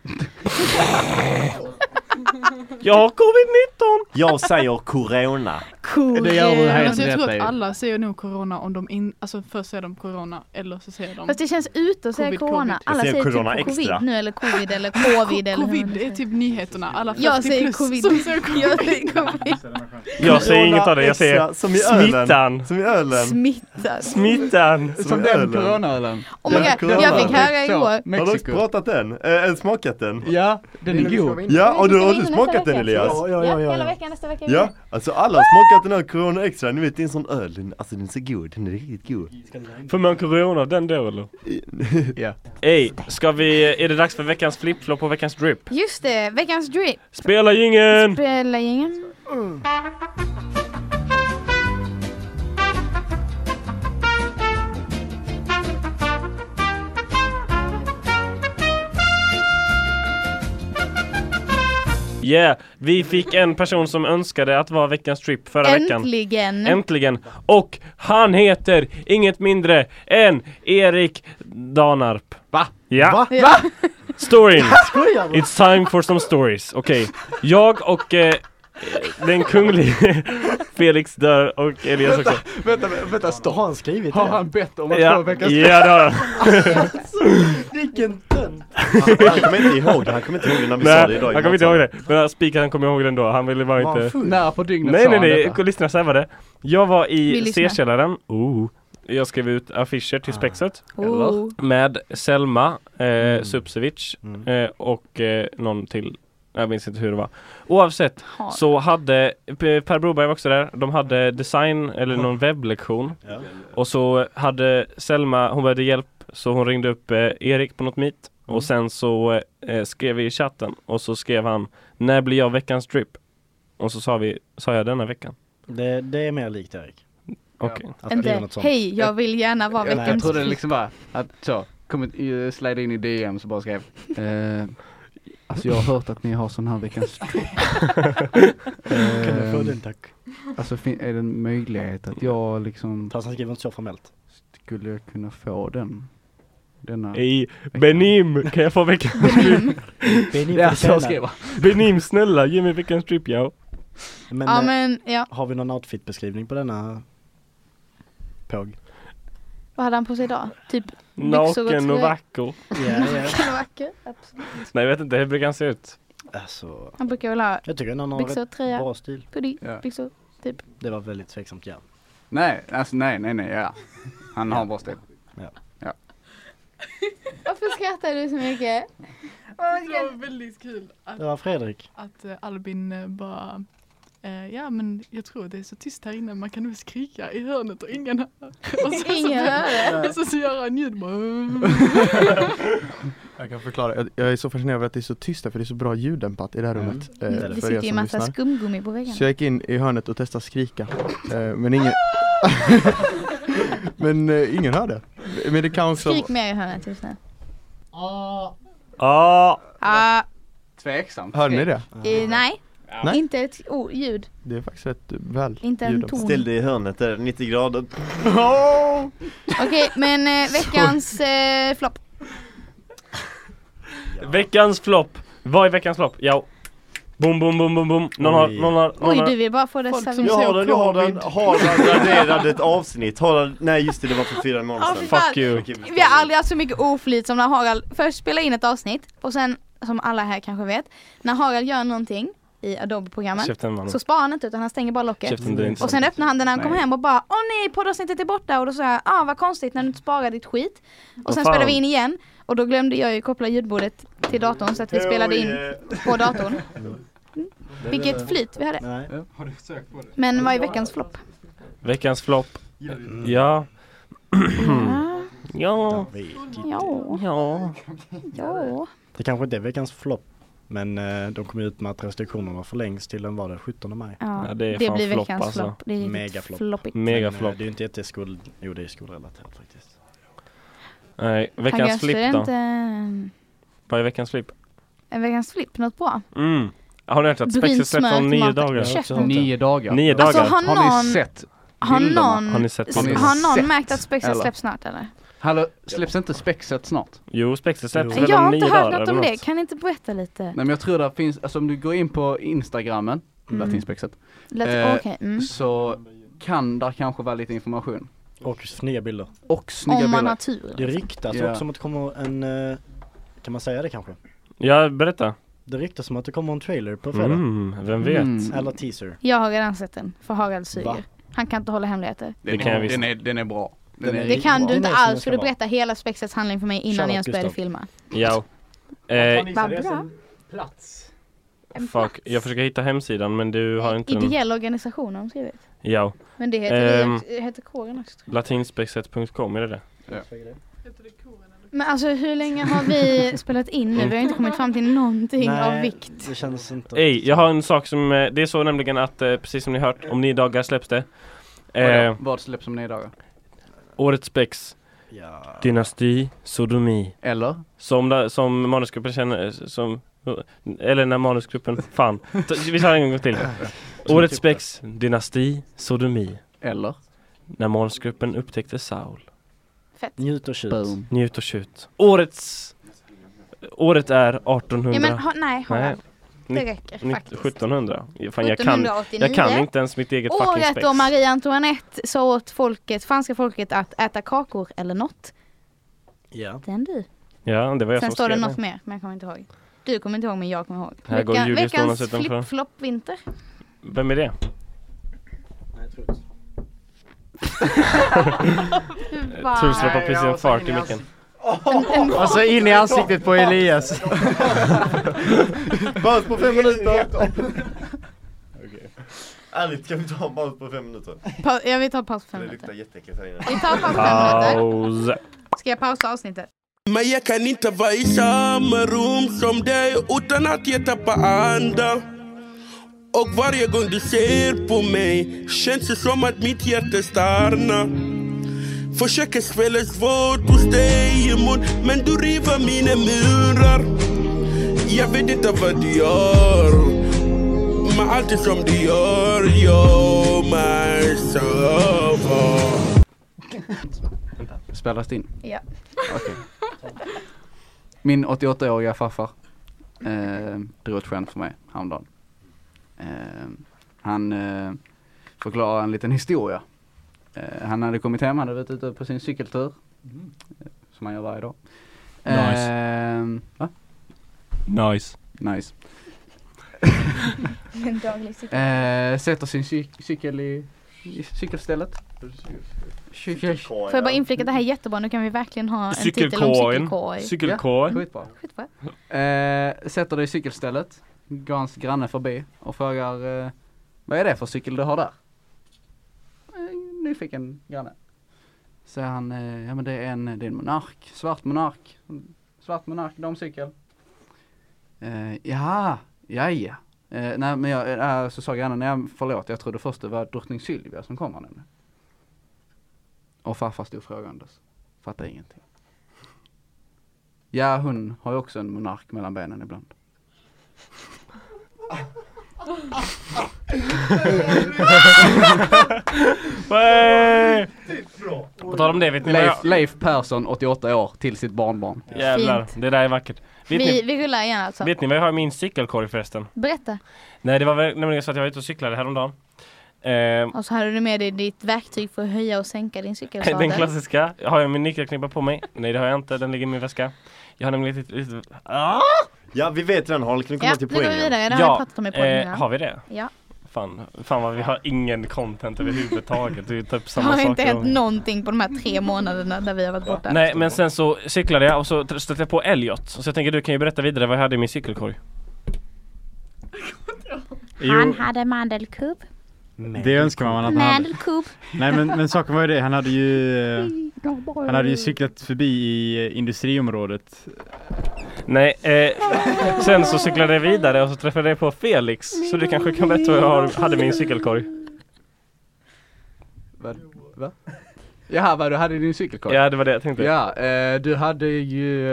Ja, covid-19. Jag säger corona. Det gör du helt jag tror rätt. att alla säger nog corona om de alltså först säger de corona eller så säger de. Fast det känns ute att säga corona. Alla säger corona typ extra. Covid nu eller covid eller covid eller covid är typ nyheterna. Alla jag säger covid. Jag säger inget av det. Jag säger som i smittan. Som i ölen. Smittan. Som den coronaölen. Oh my God, jag fick höra igår. Har du pratat den? Smakat den? Ja, den är god. Ja, och har du smakat den, Elias? Ja, hela veckan, nästa vecka. Ja, alltså alla har smakat den här corona extra. Ni vet, det är en sån öl. Alltså den är så god, den är riktigt god. Får man corona den då eller? Ja. Ey, är det dags för veckans flip-flop och veckans drip? Just det, veckans drip. Spela jingeln! Yeah, vi fick en person som önskade att vara veckans trip förra veckan. Äntligen. Och han heter inget mindre än Erik Danarp. Va? Ja. Va? Storyn. It's time for some stories. Okej. Jag och den kunglige Felix dör och Elias också. Vänta, har han skrivit det? Har han bett om att få veckans trip? Ja, det har han. Vilken tönt. Han kommer inte ihåg det. Han kommer inte ihåg det när vi sa det idag. Han kommer inte ihåg det. Men speakern kommer ihåg det ändå. Han ville bara inte... När på dygnet Nej. Lyssna, så här var det. Jag var i C-källaren. Jag skrev ut affischer till Spexet. Med Selma Supsevic och någon till. Jag minns inte hur det var. Oavsett så hade Per Broberg var också där. De hade design eller någon webblektion. Och så hade Selma, hon behövde hjälp. Så hon ringde upp Erik på något meet. Och sen så skrev vi i chatten. Och så skrev han, när blir jag veckans drip? Och så sa jag denna veckan. Det är mer likt Erik. Okej. Inte, hej, jag vill gärna vara veckans Jag trodde det liksom bara att så, slida in i DM så bara skrev alltså jag har hört att ni har sån här veckans Kan jag få den, tack? Alltså är det en möjlighet att jag liksom... Fast han skriver inte så formellt. Skulle jag kunna få denna... Hej, Benim, kan jag få veckans trip? Benim, ja, så skriver. Benim, snälla, ge mig veckans trip, ja. Men, har vi någon outfitbeskrivning på denna påg? Vad hade han på sig idag? Typ naken och vacker. Naken och vacker, absolut. Nej, jag vet inte hur brukar han se ut? Alltså, han brukar väl ha jag tycker han har byxor, tröja, bra stil. hoodie, byxor, typ. Det var väldigt tveksamt, ja. Nej, ja. Han har bra stil. Ja. Varför skrattar du så mycket? Det var väldigt kul att, det var Fredrik. Att Albin bara ja men jag tror det är så tyst här inne, man kan nog skrika i hörnet och ingen hör. Och så gör han ljud bara. Jag kan förklara, jag är så fascinerad över att det är så tyst för det är så bra ljuddämpat i det här rummet. Det sitter ju en massa skumgummi på väggen. Så jag gick in i hörnet och testade skrika. Men ingen ingen hörde. Men det kan också... Skrik mer i hörnet just nu. Tveksamt. Hörde ni det? Nej. Nej. Inte ett ljud. Det är faktiskt ett väl. Inte en ton. Ställ dig i hörnet där, 90 grader. Okej, men veckans flopp. Veckans flopp. Vad är veckans flopp? Ja. Boom, boom, boom, boom, boom. Någon har... Oj, du vill bara få det serverat. Jag har den. Har den raderat ett avsnitt. Nej, just det var för 4 månader sedan. Fuck you. Vi har aldrig haft så mycket oflyt som när Harald först spelar in ett avsnitt och sen, som alla här kanske vet, när Harald gör någonting i Adobe-programmet så sparar han inte utan han stänger bara locket. Och sen öppnar han den när han kommer hem och bara nej, poddavsnittet är borta. Och då säger jag, vad konstigt när du inte sparar ditt skit. Och sen spelar vi in igen. Och då glömde jag ju koppla ljudbordet till datorn så att vi spelade in på datorn. Vilket flyt vi hade. Nej. Har du sökt på det? Men vad är veckans flopp? Veckans flopp. Ja. Ja. Det kanske inte är veckans flopp. Men de kom ut med att restriktionerna förlängs till den var det 17 maj. Ja, det blir veckans alltså. flopp. Det är megaflopp. Megaflopp. Det är ju inte jätteskuld. Jo, det är skolrelaterat faktiskt. Nej, veckans flipp då. Inte... Vad är veckans flipp? Är veckans flipp något bra? Har ni hört att Spexet släpps om 9 dagar? 9 dagar. 9 dagar. Alltså, har ni sett bilderna? Har någon märkt att Spexet släpps snart eller? Hallå, släpps inte Spexet snart? Jo, Spexet släpps jag har inte hört dagar, något om det. Kan ni inte berätta lite? Nej, men jag tror det finns, alltså om du går in på Instagrammen, Latinspexet, så kan där kanske vara lite information. Och snygga bilder. Om man har tur. Det ryktas också om att det kommer en, kan man säga det kanske? Ja, berätta. Det ryktas som att det kommer en trailer på fredag. Vem vet? Eller teaser. Jag har redan sett den, för Harald suger. Han kan inte hålla hemligheter. Den är bra. Det kan du inte alls, för du berättar hela Spexets handling för mig innan jag ens började filma. Ja. Vad bra. Plats. Fuck, jag försöker hitta hemsidan men du har inte ideell organisation har de skrivit. Ja. Men det heter kåren också. Latinspexet.com, är det? Ja. Men alltså hur länge har vi spelat in nu? Vi har inte kommit fram till någonting av vikt. Det känns inte. Jag har en sak som, det är så nämligen att precis som ni hört, om 9 dagar släpps det. Vad släpps om 9 dagar? Årets Spex. Dynasti, sodomi. Eller? Som manusgruppen känner, eller när manusgruppen, fan. Vi tar en gång till. Årets Spex, dynasti, sodomi. Eller? När manusgruppen upptäckte Saul. Fett. Njut och tjut. Njut och tjut. Året är 1800. Ja, men nej. Det räcker faktiskt. 1700. Fan, 1789. jag kan inte ens mitt eget fucking Spex. Året då Marie Antoinette sa åt franska folket att äta kakor eller något. Ja. Den du. Ja, det var jag sen som står det skrev något mer, men jag kommer inte ihåg. Du kommer inte ihåg, men jag kommer ihåg. Här går Julius veckans flip-flop-vinter. Vem är det? Nej, Truls. Truls var precis en fart i micken. Alltså in i ansiktet på Elias. Paus på 5 minuter. Okej. Ärligt, kan vi ta en paus på 5 minuter? Jag vill ta paus på 5 minuter. Det luktar jätteäckligt här inne. Vi tar paus på 5 minuter. Ska jag pausa avsnittet? Men jag kan inte vara i samma rum som dig utan att jag tappar andan. Och varje gång du ser på mig känns det som att mitt hjärta stannar. Försöker spela svårt hos dig imorgon, men du river mina murar. Jag vet inte vad du gör, men allt är som du gör, yo myself. Spelas det in? Ja. Okej. Min 88-åriga farfar drog ett skämt för mig häromdagen. Han förklarar en liten historia. Han hade kommit hem, han hade varit ute på sin cykeltur. Som han gör varje dag. Nice. Va? Nice. En daglig cykel. Sätter sin cykel i cykelstället. Får jag bara inflika att det här är jättebra, nu kan vi verkligen ha en titel om cykelkorg. Cykelkorg. Skitbra. Sätter det i cykelstället. Går hans granne förbi och frågar vad är det för cykel du har där? Nyfiken granne. Säger han, ja men det är en monark, svart monark, damcykel. Ja. Nej men så sa grannen, förlåt, jag trodde först det var drottning Sylvia som kommer nu. Och farfar stod frågandes. Fattar ingenting. Ja, hon har ju också en monark mellan benen ibland. På tal om det, vet ni Leif Persson, 88 år, till sitt barnbarn. Jävlar, det där är vackert. Vi rullar igen alltså. Vet ni vad jag har i min cykelkorg förresten? Berätta. Nej, det var väl nämligen så att jag var ute och cyklade häromdagen. Och så hade du med dig ditt verktyg för att höja och sänka din cykelsadel. Den klassiska. Har jag min nyckelknippa på mig? Nej, det har jag inte. Den ligger i min väska. Jag har nämligen lite... Ja, vi vet vem har. Kan vi komma till poängen? Ja, vidare. Det har jag pratat om i podden. Har vi det? Ja. Fan vad vi har ingen content överhuvudtaget. Det är typ samma har saker. inte hänt någonting på de här 3 månaderna där vi har varit borta. Nej, men sen så cyklade jag och så stötte jag på Elliot. Och så jag tänker, du kan ju berätta vidare vad jag hade i min cykelkorg. Han hade mandelkubb. Det önskar man att han hade. Mandelkubb. Nej men saken var ju det, han hade ju cyklat förbi i industriområdet. Nej, sen så cyklade jag vidare och så träffade jag på Felix. Så du kanske kan berätta vad jag hade i min cykelkorg. Va? Jaha, vad du hade i din cykelkorg? Ja, det var det jag tänkte. Ja, du hade ju...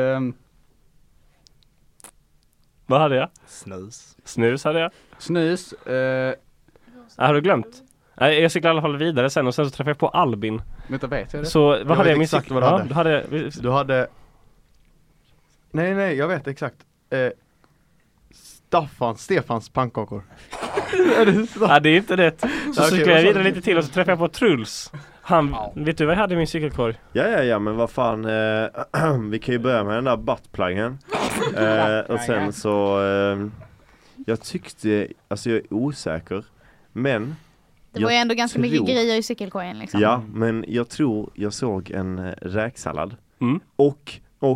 Vad hade jag? Snus hade jag. Snus. Har du glömt? Nej, jag cyklade i alla fall vidare sen och sen så träffade jag på Albin. Vänta, vet jag det? Så vad hade jag i min exakt cykel? vad du hade. Du hade... Nej, jag vet exakt. Stefans pannkakor. Ja, det är inte rätt. Så cyklade jag vidare lite till och så träffade jag på Truls. Vet du vad jag hade i min cykelkorg? Ja, men vad fan, vi kan ju börja med den där buttpluggen. Och sen så, jag tyckte, alltså jag är osäker, men det var ju ändå ganska mycket grejer i cykelkorgen liksom. Ja, men jag tror jag såg en räksallad. Och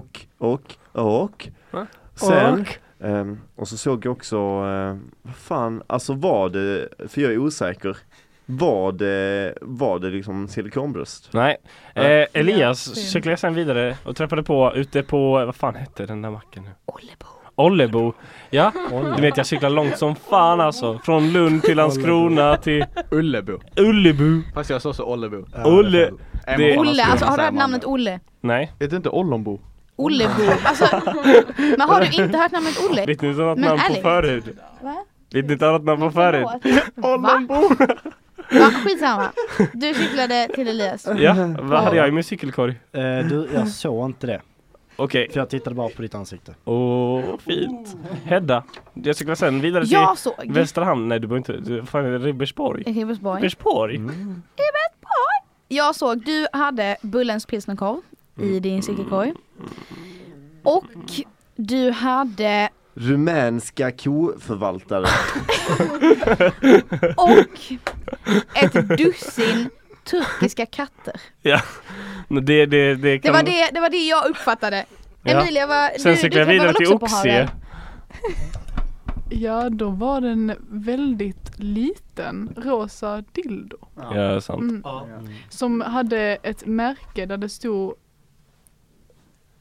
sen och så såg jag också vad fan, alltså var det, för jag är osäker, var det liksom silikonbröst? Nej, Elias cyklade sen vidare och träffade på ute på, vad fan hette den där macken nu? Ollebo. Ja, du vet jag cyklar långt som fan alltså. Från Lund till Landskrona till Ullebo. Fast jag sa så Ollebo. Olle, alltså har du hört namnet Olle? Nej. Är det inte Ollombo? Ollebo, alltså. Men har du inte hört namnet Olle? Vet ni inte annat namn på förhud? Va? Vet ni inte annat namn på förhud? Ollombo. Va, skitsamma. Du cyklade till Elias. Ja, vad hade jag i min cykelkorg? Jag såg inte det. Okej. För jag tittade bara på ditt ansikte. Fint. Hedda. Jag cyklade sen vidare till Västerhamn. Nej, du behöver inte. Fan, är det Ribersborg? Ribersborg. Jag såg, du hade Bullens pilsnerkorv i din cykelkorg. Och du hade rumänska koförvaltare. och ett dussin turkiska katter. Ja. Det var det jag uppfattade. Ja. Emilia, sen cyklade jag vidare till Oxie. Ja, då var den väldigt liten rosa dildo. Ja, sant. Som hade ett märke där det stod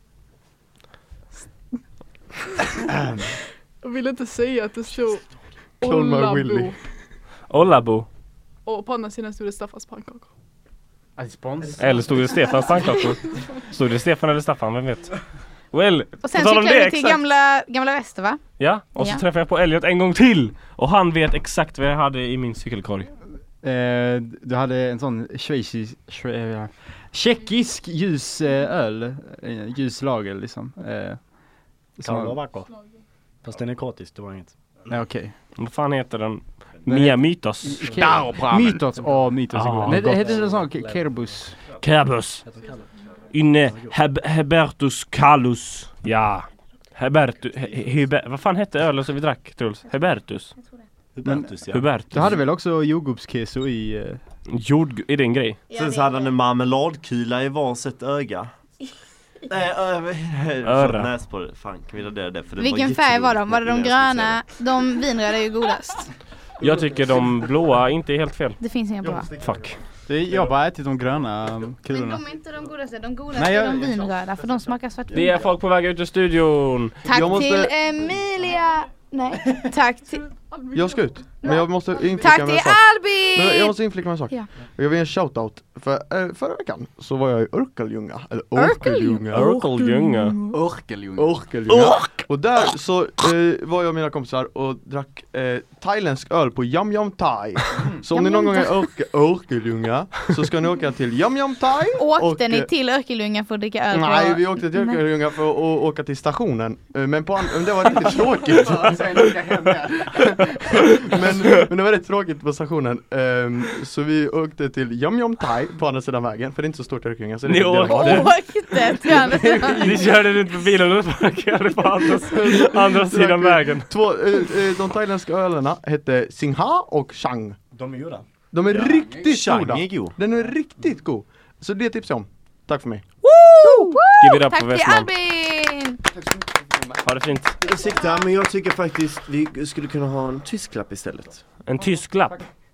jag vill inte säga att det stod Ollabo. Ollabo. Och på andra sidan stod det Staffans pannkakor. Eller stod det Stefans pannkakor? Stod det Stefan eller Staffan, vem vet? Well, och sen cyklade vi till gamla Väster, va? Ja, och så träffade jag på Elliot en gång till. Och han vet exakt vad jag hade i min cykelkorg. Du hade en sån tjeckisk ljus öl, ljus lager liksom. Kan vara vacker. Fast den är kortis, det var inget. Nej, okej. Vad fan heter den? Mia Mytos. Mytos. Mytos. Nej, det heter en sån Kerbus. Kerbus. Inne Hebertus Calus. Ja. Vad fan hette ölen som vi drack, Truls? Hebertus. Hubertus, ja. Hubertus. Du hade väl också jordgubbskeso i... Är det en grej? Sen så hade han en marmeladkula i varsitt öga. Öra. Näs på det. Fan, kan vi det för det. Vilken färg var de? Var det de gröna? De vinröda är ju godast. Jag tycker de blåa inte är helt fel. Det finns inga blåa. Fuck. Jag har bara ätit de gröna kulorna. Men de är inte de godaste. De godaste är de vinröda, för de smakar svartvin. Det är folk på väg ut ur studion. Tack till Emilia. Nej, tack till... Jag ska ut, men jag måste inflika tack med till en sak. Albin! Men jag måste inflika med en sak. Ja. Jag vill ge en shoutout. För förra veckan så var jag i Örkelljunga. Örkelljunga. Och där så var jag och mina kompisar och drack thailändsk öl på Yum Yum Thai. Så om ni någon gång är Örkelljunga så ska ni åka till Yum Yum Thai. Åkte ni till Örkelljunga för att dricka öl? Nej, vi åkte till Örkelljunga för att åka till stationen. Men det var lite tråkigt. men det var rätt tråkigt på stationen. Så vi åkte till Yum Yum Thai på andra sidan vägen. För det är inte så stort Örkelljunga. Ni åkte till andra sidan. Ni körde runt på bilen och parkerade på andra sidan vägen. De thailändska ölerna hette Singha och Chang. De är goda. De är riktigt goda. God. Den är riktigt god. Så det tipsar jag om. Tack för mig. Give it up tack till Albin! Ha det fint. Ursäkta, men jag tycker faktiskt vi skulle kunna ha en tysklapp istället. En tysklapp?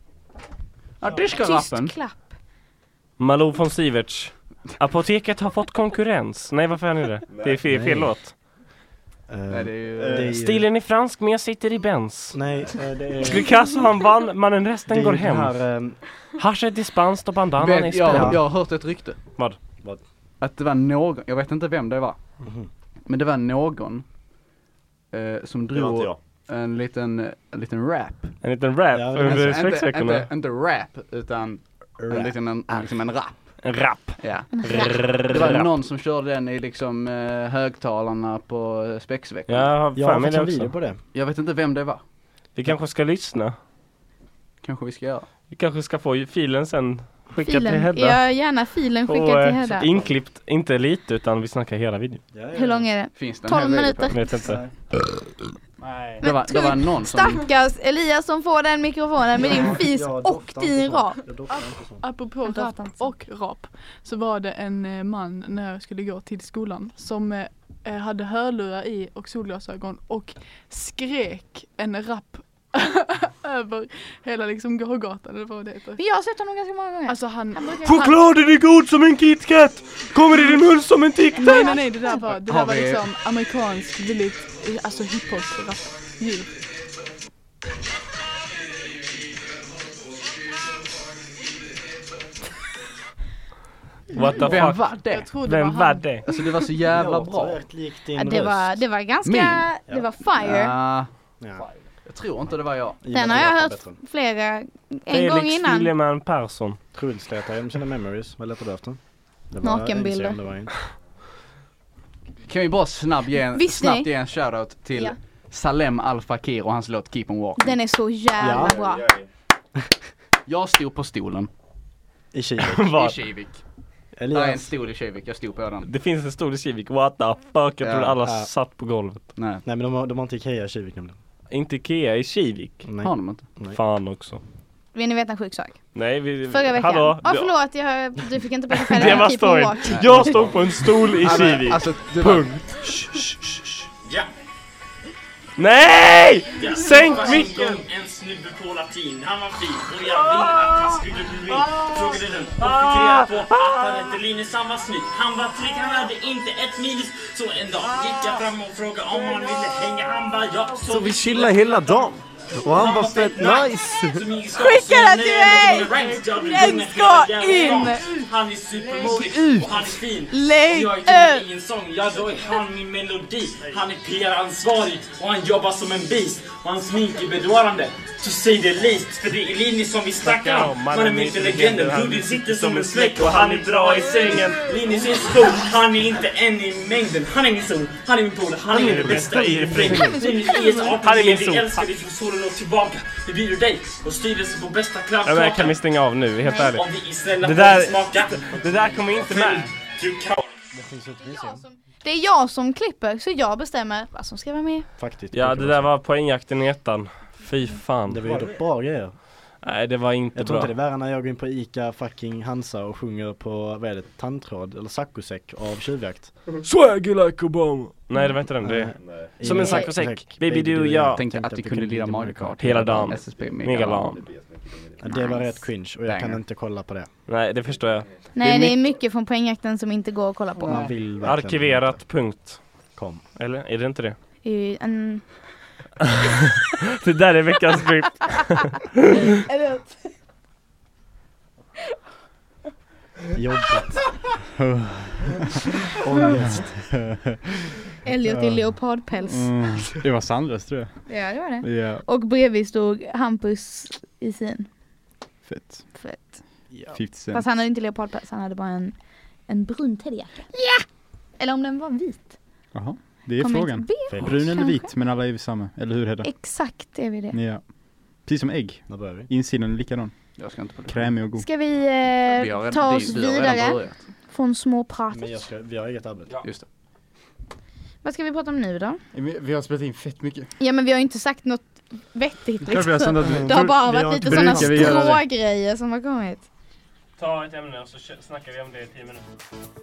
Ja, tysklappen. Tysklapp. Malou von Siverts. Apoteket har fått konkurrens. Nej, varför är ni det? Det är fel låt. Nej, det är ju... Stilen är fransk, men jag sitter i Benz. Nej, det är... Picasso han vann, men resten går hem. Haschet dispens och bandanan är jag har hört ett rykte. Vad? Att det var någon, jag vet inte vem det var. Men det var någon som drog en liten rap. En liten rap? Ja, inte rap, utan en rap. En rap? Ja. Det var någon som körde den i liksom högtalarna på Spexveckan. Jag har fått en video på det. Jag vet inte vem det var. Vi kanske ska lyssna. Kanske vi ska göra. Vi kanske ska få filen sen. Skicka till Hedda. Ja, gärna filen skicka till Hedda. Inklippt, inte lite utan vi snackar hela videon. Hur lång är det? Finns den 12 minuter? Vet inte. Nej. Det var någon som... Stackars Elias som får den mikrofonen med din fis och din rap. Apropå rap och rap så var det en man när jag skulle gå till skolan som hade hörlurar i och solglasögon och skrek en rap över hela liksom gågatan eller vad det heter. Jag har sett honom ganska många gånger. Alltså chokladen är god som en KitKat! Kommer i din mun som en TikTok! Nej, det där var liksom amerikansk, väldigt, alltså hiphop-rap djur. What the Vem fuck? var det? Vem var det? Alltså det var så jävla bra. Det var ganska, det var fire. Jag tror inte det var jag. Den har jag hört flera en gång innan. Felix Willeman Persson. Truls letar genom sina memories. Vad letar du efter? Nakenbilder. Kan vi bara snabbt ge en shoutout till Salem Al Fakir och hans låt Keep on Walking. Den är så jävla bra. Jag stod på stolen. I Kivik. I Kivik. Det är en stol i Kivik, jag stod på den. Det finns en stol i Kivik, what the fuck? Jag trodde alla satt på golvet. Nej men de har inte Ikea i Kivik nämligen. Inte Ikea i Kivik? Nej. Har de inte? Nej. Fan också. Vill ni veta en sjuk sak? Nej, förra veckan. Hallå? Förlåt, du fick inte berätta själv. Det var storyn. Jag stod på en stol i Kivik. Alltså, punkt. Ja. Nej! Sänk micken! En snubbe på latin, han var fin och jag ville att han skulle bli min. Frågade den och fick reda på att han hette Linus, han var snygg. Han var trygg, han hade inte ett minus. Så en dag gick jag fram och frågade om han ville hänga. Han bara ja. Så vi chillade hela dagen. Och han var fett nice. Skicka det till mig! Den ska in! Han är supermodig och han är fin. Lägg jag är ingen sång, då är han min melodi. Han är PR-ansvarig och han jobbar som en beast. Och hans smink är bedårande. Så säg det least, för det är Linni som vi snackar om. Man är inte legenden, Hoodie sitter som en släck och han är bra i sängen. Linni är stor, han är inte en i mängden. Han är min sol, han är min pol, han är det bästa i refrängen. Linni är Han är min sol. Vi älskar dig för solen och tillbaka. Vi bjuder dig och styrelse på bästa Ja, men klappkaka. kan vi stänga av nu, helt ärligt. Om vi är snälla Det får där- vi smaka. Det där kommer inte med. Du kan. Det är jag som klipper, så jag bestämmer vad som ska vara med. Faktiskt. Ja, det där var poängjakten i ettan. Fy fan. Det var ju dock bra grejer. Nej, det var inte Jag tror bra. inte det är värre när jag går in på Ica fucking Hansa och sjunger på, vad är det, tandtråd eller saccosäck av tjuvjakt. Swag like Obama. Nej, det var inte den. Det är som en Nej. saccosäck. Baby du, ja. Tänkte att det kunde lida Mario Kart Hela dagen. SSB Megalan. Ja, det var rätt cringe och jag kan Banger. inte kolla på det. Nej, det förstår jag. Nej, det är mycket från poängjakten som inte går att kolla på. Man vill verkligen. Arkiverat, punkt. Kom. Eller, är det inte det? En... Det där är veckans klipp. Jobbigt. Ångest. Elliot i leopardpäls. Det var Sanders, tror jag. Ja, det var det. Ja. Och bredvid stod Hampus i sin. Fett. Fett. 50 cent. Fast han hade inte leopardpäls, han hade bara en brun teddyjacka. Ja! Eller om den var vit. Jaha, det är Kommer frågan. inte be- Brun eller kanske. vit, men alla är vi samma. Eller hur, Hedda? Exakt är vi det. Ja. Precis som ägg. Då börjar vi. Insidan är likadan. Jag ska inte på det. Krämig och god. Ska vi Vi har ta oss vi har redan vidare börjat. från småpratet? Men vi har eget arbete. Just det. Vad ska vi prata om nu då? Vi har spelat in fett mycket. Ja, men vi har ju inte sagt något vettigt Klart vi har liksom. sagt att- Det har bara vi har varit inte- lite sådana brukar vi göra det? strågrejer som har kommit. Ta ett ämne och så snackar vi om det i 10 minuter.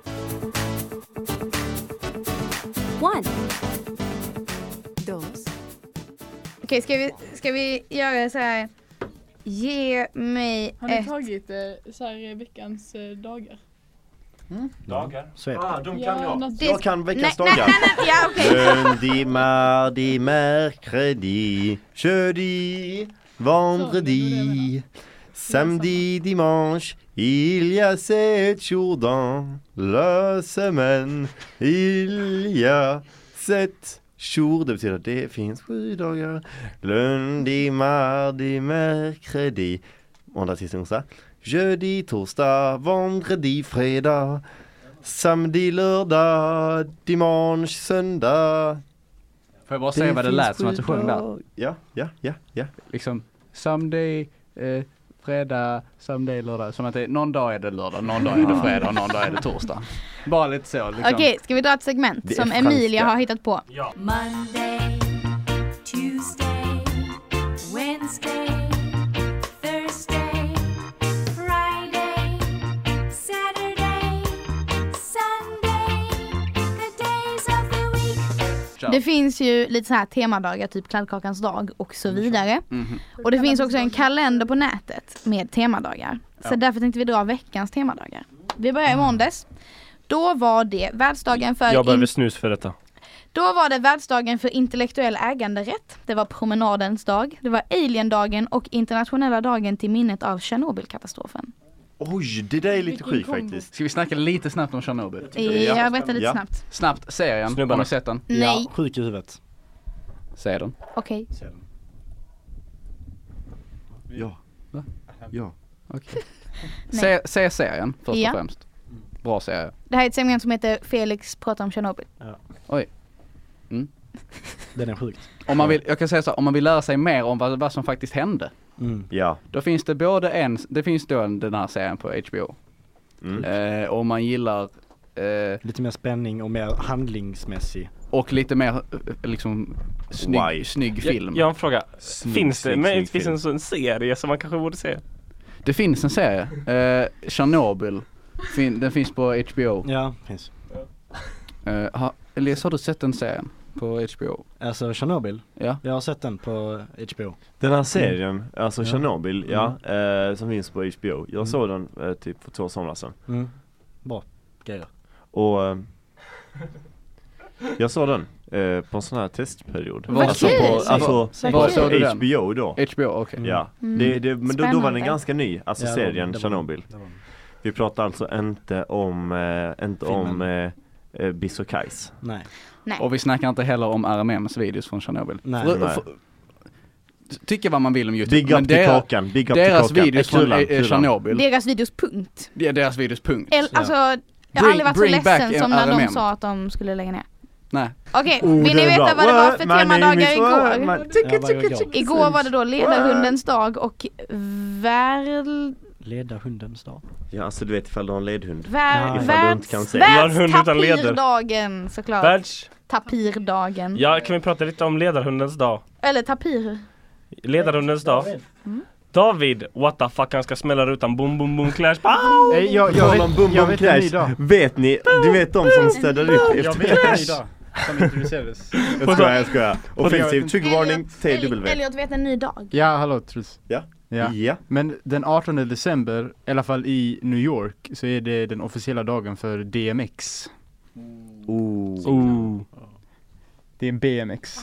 1. 2. Okej, ska vi göra så här? Ge mig Har ni ett... tagit så här veckans dagar? Dagar? Så är det. Ah, de Ja, kan jag. något- Jag kan veckans Nej, dagar. ja okej. Lundi, mardi, mercredi, jeudi, vendredi, samedi, dimanche, il y a 7 jours dans la semaine, il y a 7 jours, det betyder att det finns 7 dagar. Lundi, mardi, mercredi, måndag, tisdag, onsdag, jeudi, torsdag, vendredi, fredag, samedi, lördag, dimanche, söndag. Får jag bara säga vad det lät som att du sjöng där? Ja. Liksom, someday, fredag, someday, lördag. Som att det, någon dag är det lördag, någon dag är det fredag, någon dag är det torsdag. Bara lite så liksom. Okej, ska vi dra ett segment Det är som franska. Emilia har hittat på? Ja. Monday, Tuesday, Wednesday, Thursday, Friday, Saturday, Sunday, the days of the week. Det finns ju lite så här temadagar, typ kladdkakans dag och så vidare. Och det finns också en kalender på nätet med temadagar. Så därför tänkte vi dra veckans temadagar. Vi börjar i måndags. Då var det världsdagen för Jag behöver snus för detta. Då var det världsdagen för intellektuell äganderätt. Det var promenadens dag. Det var aliendagen och internationella dagen till minnet av Tjernobylkatastrofen. Oj, det där är lite sjukt faktiskt. Ska vi snacka lite snabbt om Tjernobyl? Jag berättar lite snabbt. Snabbt, serien. Snubbarna. Har ni sett den? Nej. Ja, sjuk i huvudet. Se den. Okej. Ja. Va? Ja. Okej. Nej. Se serien först Ja. och främst. Bra serie. Det här är ett segment som heter Felix pratar om Tjernobyl. Oj. Den är sjukt. Om man vill, jag kan säga så, om man vill lära sig mer om vad som faktiskt hände. Ja. Då finns det det finns då den här serien på HBO. Om man gillar lite mer spänning och mer handlingsmässig. och lite mer liksom snygg film. Jag har en fråga. Finns det snygg finns film. en sån serie som man kanske borde se? Det finns en serie, Tjernobyl. Den finns på HBO. Ja, finns. Elias, har du sett den serien på HBO? Alltså Tjernobyl? Ja. Jag har sett den på HBO. Den här serien, alltså Ja. Tjernobyl, som finns på HBO. Jag såg den typ för 2 somrar sedan. Bra grejer. Och jag såg den. på en sån här testperiod. Vad kul! På HBO då. HBO, okej. Ja, men då var den ganska ny, alltså serien Chernobyl. Vi pratar alltså inte om Biss och Kajs. Nej. Och vi snackar inte heller om RMMs videos från Chernobyl. Nej. Tycker vad man vill om YouTube. Big up till kakan. Deras videos från Chernobyl. Deras videos punkt. Det är deras videos punkt. Alltså, jag har aldrig varit så ledsen som när de sa att de skulle lägga ner. Nej. Okej, vill ni veta vad det var för temadagar igår? Igår var det då ledarhundens dag och ledarhundens dag. Ja, alltså du vet ifall du har en ledhund. Världstapirdagen såklart. Världstapirdagen. Ja, kan vi prata lite om ledarhundens dag? Eller tapir. Ledarhundens dag. David, what the fuck, han ska smälla rutan boom boom boom clash. Jag vet en ny dag. Vet ni, du vet de som städar upp efter. Jag vet en ny dag som introducerades. Jag skojar. Offensiv triggervarning TW. Elliot vet en ny dag. Ja, hallå Trus. Ja. Men den 18 december, i alla fall i New York, så är det den officiella dagen för DMX. Det är en BMX.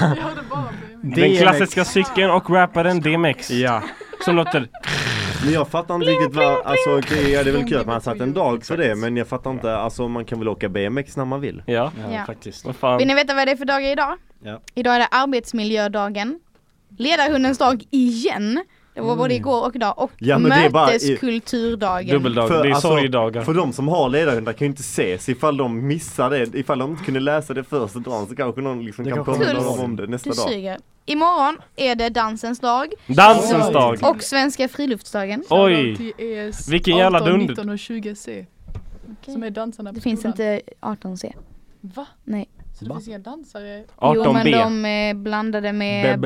Den klassiska cykeln och rapparen DMX. Ja. Som låter... Men jag fattar inte riktigt vad, alltså det är väl kul att man har satt en dag för det, men jag fattar inte, alltså man kan väl åka BMX när man vill. Ja. Faktiskt. Vill ni veta vad det är för dag idag? Ja. Idag är det arbetsmiljödagen. Ledarhundens dag igen. Det var både igår och idag. Och möteskulturdagen. Dubbeldag, det är sorgdagar. För de som har ledarhundar kan ju inte ses ifall de missar det. Ifall de inte kunde läsa det första dagen så kanske någon liksom kan påminna dem om det nästa dag. Imorgon är det dansens dag. Dansens dag. Och svenska friluftsdagen. Oj, vilken jävla dund. 18, 19 och 20C. Som är dansarna på Det finns inte 18C. Va? Nej. Så det finns inga dansare? 18B. Jo, men de är blandade med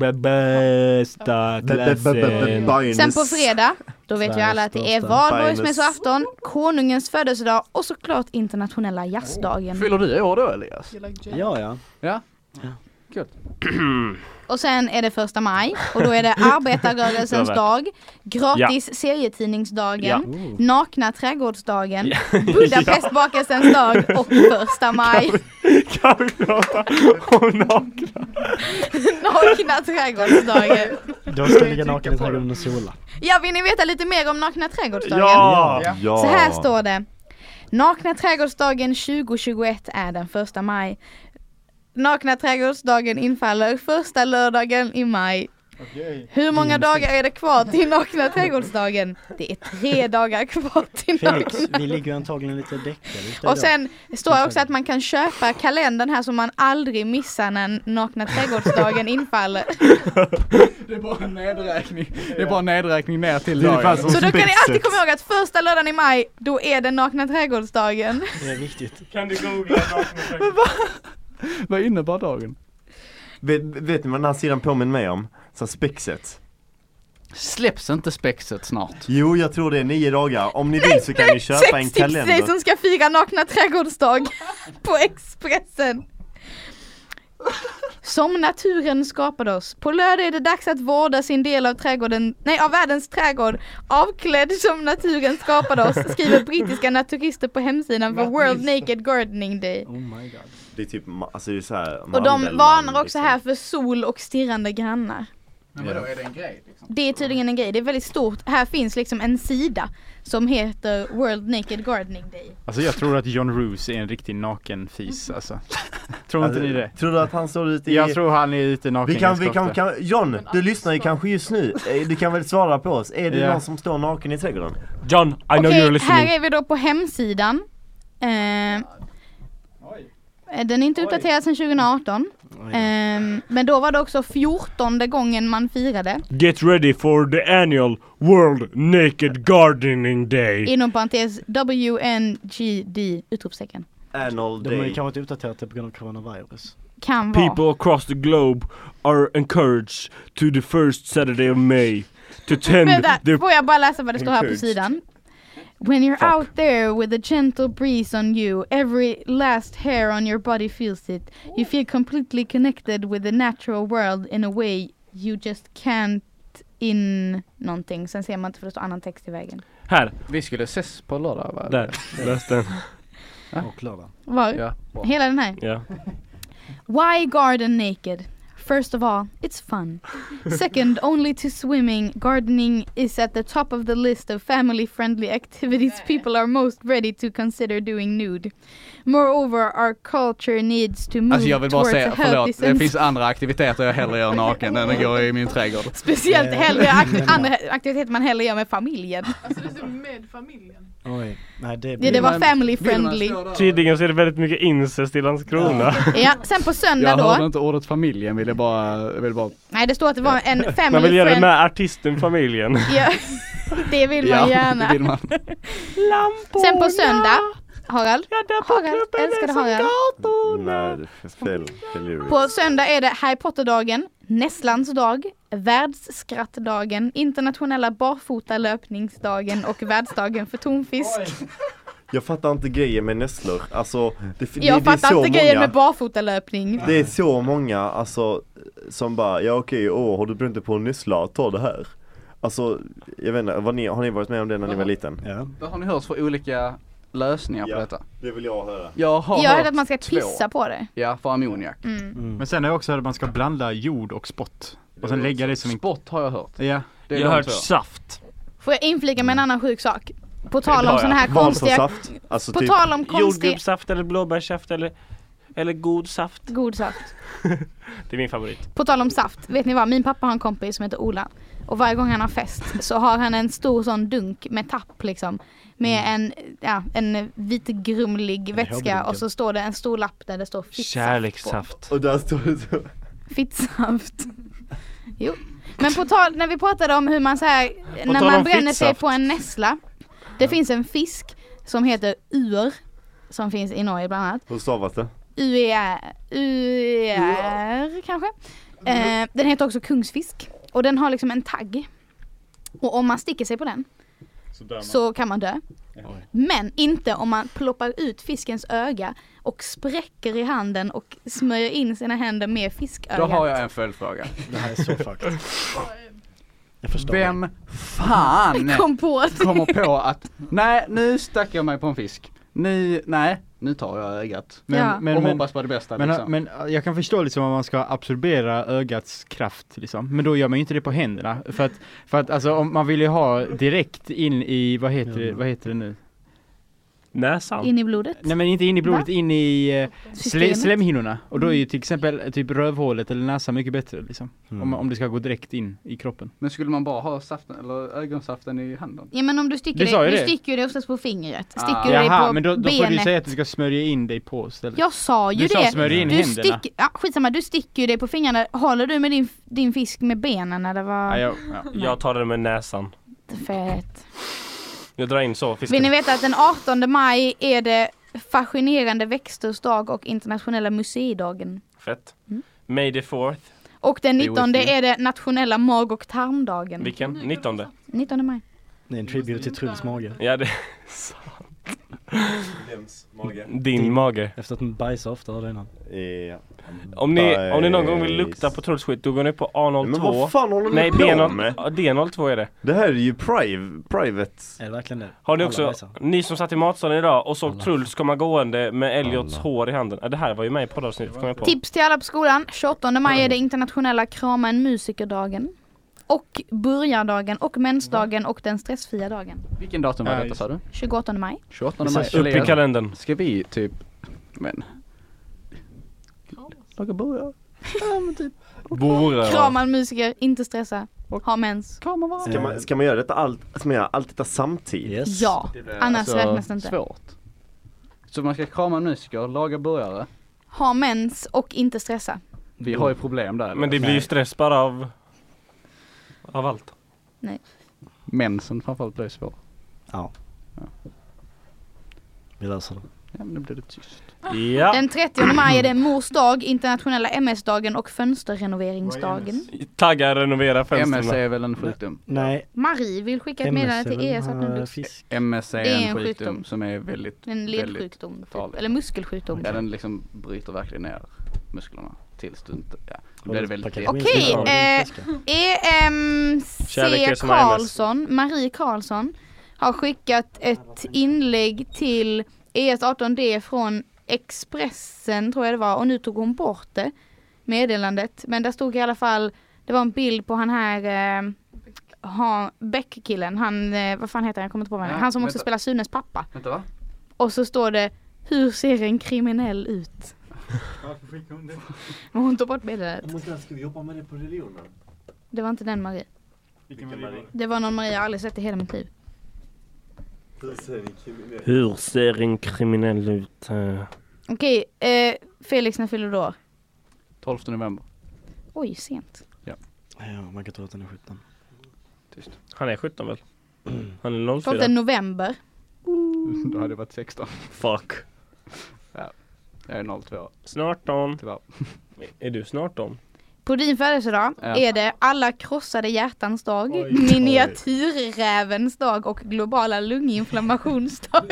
bästa klassen. Sen på fredag, då vet ju alla att det är valborgsmässoafton, konungens födelsedag och såklart internationella jazzdagen. Fyller du i år då, Elias? Ja. Kul. Och sen är det 1 maj och då är det arbetarrörelsens dag, gratis serietidningsdagen, nakna trädgårdsdagen, Budapestbakelsens dag och 1 maj. Kan vi prata om nakna? Nakna trädgårdsdagen. Då ska ligga naken i trädgården och sola. Ja, vill ni veta lite mer om nakna trädgårdsdagen? Ja. Så här står det. Nakna trädgårdsdagen 2021 är den 1 maj. Nakna trädgårdsdagen infaller första lördagen i maj. Hur många dagar är det kvar till nakna trädgårdsdagen? Det är 3 dagar kvar till Felix, vi ligger antagligen lite däckade. Och sen står det också att man kan köpa kalendern här så man aldrig missar när nakna trädgårdsdagen infaller. Det är bara en nedräkning. Det är bara en nedräkning ner till dagen. Så då kan ni alltid komma ihåg att första lördagen i maj, då är det nakna trädgårdsdagen. Det är viktigt. Kan du googla nakna trädgårdsdagen? Vad innebär dagen? Vet ni vad den här sidan påminner mig om? Så Spexet. Släpps inte Spexet snart? Jo, jag tror det är 9 dagar. Om ni vill så kan ni köpa en kalender. 6 som ska fira nakna trädgårdsdag på Expressen. Som naturen skapade oss. På lördag är det dags att vårda sin del av av världens trädgård. Avklädd som naturen skapade oss, skriver brittiska naturister på hemsidan för World Naked Gardening Day. Oh my god. Det är typ, alltså det är så här. Och de varnar också här för sol och stirrande grannar. Men vadå, är det en grej liksom? Det är tydligen en grej, det är väldigt stort. Här finns liksom en sida som heter World Naked Gardening Day. Alltså jag tror att John Roos är en riktig nakenfis alltså. Tror inte ni det? Tror du att han står ute i... Jag tror han är ute naken. John, du lyssnar ju kanske just nu. Du kan väl svara på oss. Är det någon som står naken i trädgården? John, I know you're listening. Här är vi då på hemsidan. Den är inte uppdaterad sedan 2018. Men då var det också 14:e gången man firade. Get ready for the annual World Naked Gardening Day. Inom parentes WNGD utropstecken. Annual De har ju Day. kanske inte uppdaterat det på grund av coronavirus. Kan vara. People across the globe are encouraged to the first Saturday of May to tend Vänta, får jag bara läsa vad det står här på sidan? When you're out there with a gentle breeze on you, every last hair on your body feels it. You feel completely connected with the natural world in a way you just can't in någonting. Sen ser man inte för det står annan text i vägen. Här. Vi skulle ses på lördag, va? Där, läs den. Och lördag. Var? Ja. Hela den här? Ja. Why garden naked? First of all, it's fun. Second, only to swimming, gardening is at the top of the list of family-friendly activities people are most ready to consider doing nude. Moreover, our culture needs to move Alltså jag vill bara towards säga, a healthy förlåt, det finns andra aktiviteter jag hellre gör naken än att gå i min trädgård. Speciellt hellre andra aktiviteter man hellre gör med familjen. Alltså det är med familjen. Oj, nej det var family friendly. Tydligen så är det väldigt mycket incest i Landskrona. Ja, sen på söndag då. Jag hörde inte ordet familjen, vill bara... Nej, det står att det var en family friend. Man vill göra det med artisten familjen. Ja, det vill man gärna. Det vill man. Sen på söndag, Harald, älskade Harald. Nej, det är fel. På söndag är det Harry Potter-dagen, Nässlans dag, världsskrattdagen, internationella barfotalöpningsdagen och världsdagen för tonfisk. Jag fattar inte grejer med nässlor. Alltså, jag fattar inte grejer med barfotalöpning. Det är så många alltså, som bara, ja okej, har du brunnit på en nässla, ta det här. Alltså, jag vet inte, har ni varit med om det när ni var liten? Ja. Vad har ni hört för olika lösningar på detta? Det vill jag höra. Jag har hört att man ska kissa på det. Ja, för ammoniak. Men sen är det också att man ska blanda jord och spott. Och sen lägga det som en... Spott har jag hört. Ja. Jag har hört saft. Får jag inflika med en annan sjuk sak? På tal om såna här konstiga... Alltså på typ tal om konstiga... Jordgubbssaft eller blåbärssaft eller god saft. God saft. Det är min favorit. På tal om saft, vet ni vad? Min pappa har en kompis som heter Ola. Och varje gång han har fest så har han en stor sån dunk med tapp liksom. Med en vitgrumlig vätska och så står det en stor lapp där det står fittsaft. Kärlekssaft. Och där står det så. Fittsaft. Jo. Men på tal, när vi pratade om hur man så här, när man bränner sig på en nässla. Det finns en fisk som heter ur, som finns i Norge bland annat. Hur stavas det? UR kanske. Den heter också kungsfisk. Och den har liksom en tagg. Och om man sticker sig på den så kan man dö. Men inte om man ploppar ut fiskens öga och spräcker i handen och smörjer in sina händer med fiskögat. Då har jag en följdfråga. Det här är så faktiskt. Vem fan kommer på att nej, nu stack jag mig på en fisk. Nu tar jag ögat. Men hoppas på det bästa. Men jag kan förstå liksom om man ska absorbera ögats kraft liksom. Men då gör man inte det på händerna. För att alltså, om man vill ju ha direkt in i, vad heter det nu? Näsan. In i blodet? Nej, men inte in i blodet, in i Systemet. slemhinnorna. Och då är ju till exempel typ rövhålet eller näsan mycket bättre liksom. Om det ska gå direkt in i kroppen. Men skulle man bara ha saften eller ögonsaften i handen? Ja, men om du sticker du sticker ju det oftast på fingret. Sticker du dig på men då benet. får du säga att du ska smörja in dig på stället. Jag sa ju det. Smörja in händerna. Skitsamma, du sticker ju dig på fingrarna. Håller du med din fisk med benen eller vad? Jag tar det med näsan. Fett. Jag drar in så fisken. Vill ni veta att den 18 maj är det fascinerande växters dag och internationella museidagen. Fett. May the 4th. Och den 19 är det nationella mag- och tarmdagen. Vilken? 19? 19 maj. Det är en tribute till Truls mage. Ja, det är sant. Vems mage? Din mage. Efter att den bajsar ofta har det innan. Ja. Om ni någon gång vill lukta på Truls skit, då går ni på A02. Men vad fan håller ni på med? D02 är det. Det här är ju private. Är det verkligen det? Har ni också, ni som satt i matsalen idag och såg Truls komma gående med Elliots hår i handen. Det här var ju med i poddavsnittet, kom jag på. Tips till alla på skolan. 28 maj är det internationella krama en musikerdagen. Och burgardagen och mensdagen och den stressfria dagen. Vilken datum var detta, sa du? 28 maj. 28 maj. Upp i kalendern. Ska vi typ, laga burgare? Ja, men typ. Krama en musiker, inte stressa. Ha mens. Ska man göra detta allt detta samtidigt? Yes. Ja, annars räknas det inte. Svårt. Så man ska krama en musiker, laga burgare. Ha mens och inte stressa. Vi har ju problem där. Men det blir ju stress bara av allt. Nej. Mensen framförallt blir svår. Ja. Vi löser det. Ja, men nu blir det tyst. Ja. Den 30 maj är det mors dag, internationella MS-dagen och fönsterrenoveringsdagen. Tagga renovera fönstren. MS är väl en sjukdom? Nej. Marie vill skicka ett meddelande till ES att nu MS är en sjukdom som är väldigt en ledsjukdom typ. Eller muskelsjukdom. Ja, den liksom bryter verkligen ner musklerna till stund. Ja, då blir det väldigt Okej, EMC Karlsson, Marie Karlsson har skickat ett inlägg till ES18D från Expressen tror jag det var, och nu tog hon bort det meddelandet, men där stod i alla fall, det var en bild på han här Beck-killen, han, vad fan heter han, jag kommer inte på vad han är. Han som också spelar Sunes pappa. Vänta, va? Och så står det, hur ser en kriminell ut? Men hon tog bort meddelandet. Ska vi jobba med det på religionen? Det var inte den Marie. Vilken Marie? Det var någon Marie jag aldrig sett i hela mitt liv. Hur ser en kriminell ut? Okej, Felix, när fyller du år? 12 november. Oj, sent. Ja. Ja, man kan tro att den är 17. Tyst. Han är 17 väl? Han är 04. 12 november. Då hade det varit 16. Fuck. Ja. Jag är 02. Snart on. Tyvärr. Är du snart on? På din födelsedag är det alla krossade hjärtans dag, miniatyrrävens dag och globala lunginflammationsdag.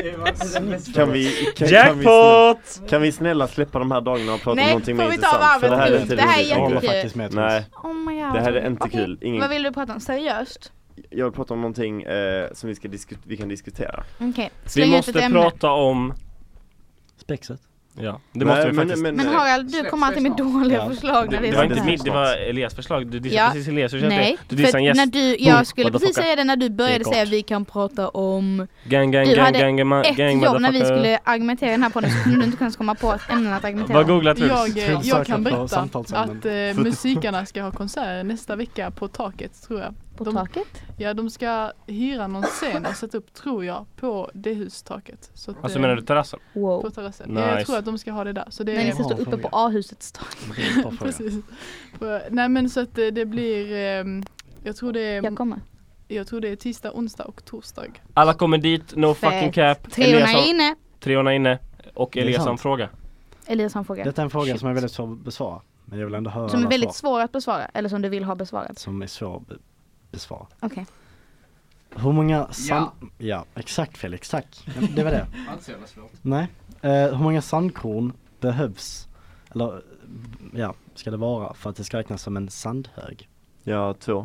Kan vi snälla släppa de här dagarna och prata om någonting mer intressant? För det här är inte det här är jättekul. Nej, oh my God. Det här är inte kul. Vad vill du prata om? Seriöst? Jag vill prata om någonting som vi kan diskutera. Okay. Vi måste prata om spexet. Ja, det måste vi faktiskt. Men Harald, du kommer alltid med dåliga förslag när det var inte mitt, det var Elias förslag. Du dissade precis Elias och nej, du dissade en gäst. Jag skulle precis säga det när du började säga vi kan prata om gang, ett jobb när vi skulle argumentera den här podden, så kunde du inte kunna komma på ett ämne att argumentera. Vad googlat du? Jag kan berätta att musikerna ska ha konsert nästa vecka på taket, tror jag. På taket? Ja, de ska hyra någon scen och sätta upp, tror jag, på det hustaket. Så att, alltså menar du terrassen? Wow. På terrassen. Nice. Jag tror att de ska ha det där. Så det men ni ska stå uppe på A-husets tak. Precis. Nej men så att det blir, jag tror det är... Jag kommer. Jag tror det är tisdag, onsdag och torsdag. Alla kommer dit, no fucking cap. Treorna inne. Och Eliasson fråga. Eliasson fråga. Detta är en fråga som är väldigt svår att besvara. Men jag vill ändå höra. Som är väldigt svår att besvara, eller som du vill ha besvarat. Som är svår att besvara. Okej. Hur många ja, exakt Felix, tack. Det var det. Nej. Hur många sandkorn behövs, eller ska det vara för att det ska räknas som en sandhög? Ja, 2.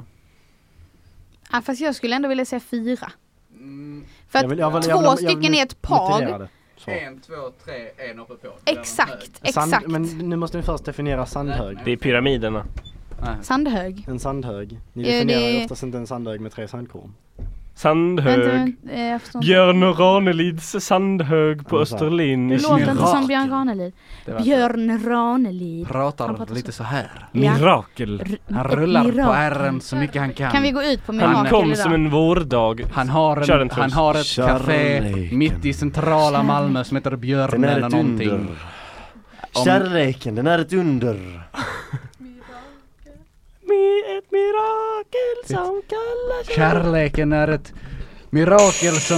Ja, fast jag skulle ändå vilja säga 4. För att 2 stycken är ett par. 1, 2, 3, 1 uppe på. Exakt. Men nu måste ni först definiera sandhög. Det är pyramiderna. Sandhög. En sandhög. Ni definierar ju oftast inte en sandhög med 3 sandkorn. Sandhög. Björn Ranelids sandhög på Österlin. Det låter inte som Björn Ranelid. Björn Ranelid. Pratar lite så här. Mirakel. Han rullar på ärren så mycket han kan. Kan vi gå ut på mirakel Han kom idag? som en vårdag. Han har ett café mitt i centrala Malmö som heter Björnen eller någonting. Kärleken, den är ett under. Ett mirakel som kallar sig. Kärleken är ett mirakel som...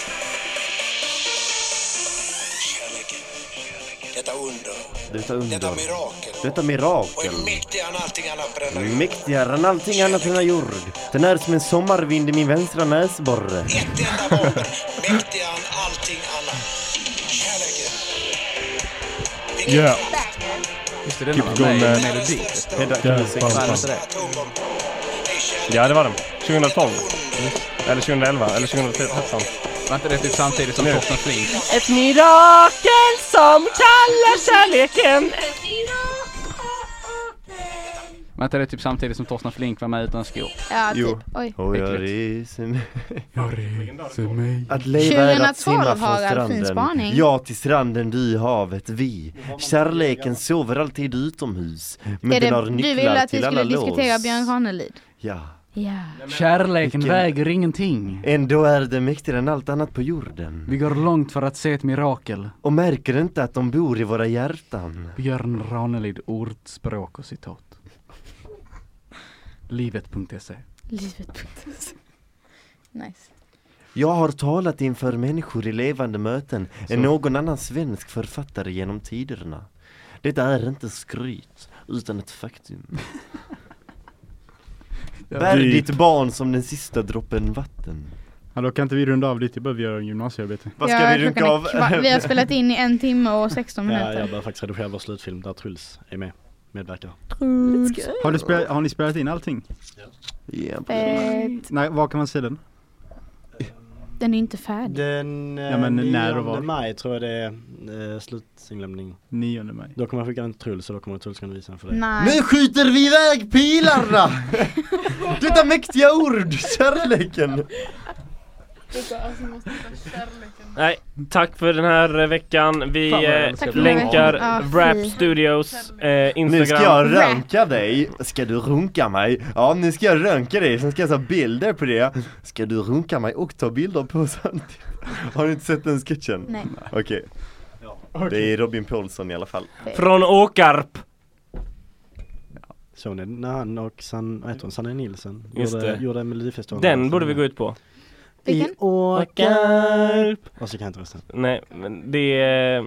Detta mirakel. Mäktigare än allting annat denna jord. Den är som en sommarvind i min vänstra näsborre. Ett enda vapen. Mäktigare än allting annat. Kärleken. Ja. Just det, den var melodi. Ja, det var den. 2012. Eller 2011. Eller 2013. Var inte det typ samtidigt som Torsten Flink? Ett mirakel som kallar kärleken. Var inte det typ samtidigt som Torsten Flink var med utan skor? Ja, typ. Oj. Och jag reser mig. Att leva är att simma från fin stranden. Ja, till stranden, du havet, vi. Kärleken sover alltid utomhus. Men den har nycklar till alla lås. Du ville att vi skulle diskutera Björn Ranelid? Ja. Kärleken väger ingenting. Ändå är det mäktigare än allt annat på jorden. Vi går långt för att se ett mirakel. Och märker inte att de bor i våra hjärtan. Björn Ranelid, ordspråk och citat. Livet.se. Livet.se. Nice. Jag har talat inför människor i levande möten än någon annan svensk författare genom tiderna. Det är inte skryt utan ett faktum. Bär ditt barn som den sista droppen vatten. Ja, då kan inte vi runda av lite, bara vi gör gymnasiearbete. Vad ska vi runka av? Vi har spelat in i 1 timme och 16 minuter. Ja, jag börjar faktiskt redigera vår slutfilm där Truls är med. Medverkar. Har ni spelat in allting? Ja. Nej, var kan man se den? Den är inte färdig. Den men när och 9 var? maj tror jag det är slutinlämning. 9 maj. Då kommer jag skicka den till Truls, så då kommer Truls kunna visa den för dig. Nej. Nu skjuter vi iväg pilarna! Detta mäktiga ord, kärleken. Nej, tack för den här veckan. Vi Tack för länkar veckan. Rap Studios Instagram. Nu ska jag ranka dig. Ska du runka mig? Ja, nu ska jag ranka dig. Sen ska jag ta bilder på det. Ska du runka mig och ta bilder på sånt? Har du inte sett den sketchen? Nej. Okej. Det är Robin Paulsson i alla fall. Från Åkarp. Så när han och Sanne Nilsson Just gjorde Melodifestivalen. Den borde vi gå ut på. I Åkarp. Och så kan jag inte rösta. Nej, men det är...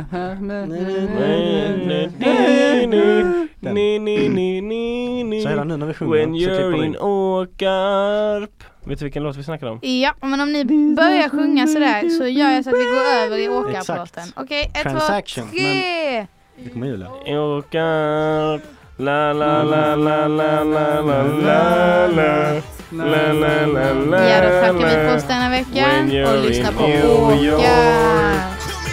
Så hela nu när vi sjunger When så klipper you're vi in Åkarp. Vet du vilken låt vi snackar om? Ja, men om ni börjar sjunga sådär så gör jag så att vi går över i Åkarp-låten. Okej, 1, 2, 3. Det kommer Julia. Åkarp. La la la la la la la la la. La la la la. Ja, då tackar vi för oss denna veckan och lyssnar på Åkarp.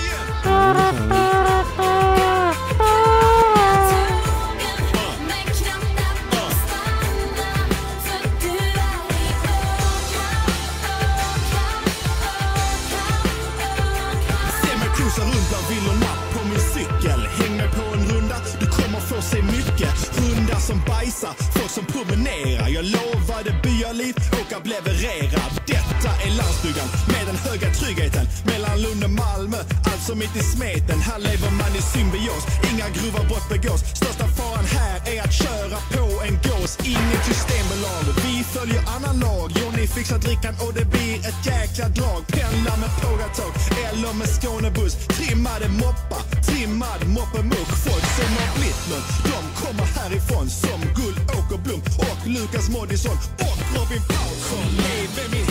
Som bajsar, folk som promenerar. Jag lovade byaliv, åka leverera. Detta är landsbygden med den höga tryggheten. Mellan Lund och Malmö, alltså mitt i smeten. Här lever man i symbios, inga grova brott begås. Största faran här är att köra på en gås. Inget systembolag, vi följer annan lag. Johnny fixar drickan och det blir ett jäkla drag. Pendlar med pågatag eller med Skånebuss. Trimmade moppar, trimmad moppemuck. Folk som har blivit någon, de kommer härifrån. Som Gull Åkerblom och Lukas Moodysson och Robin Paulsson. Lever min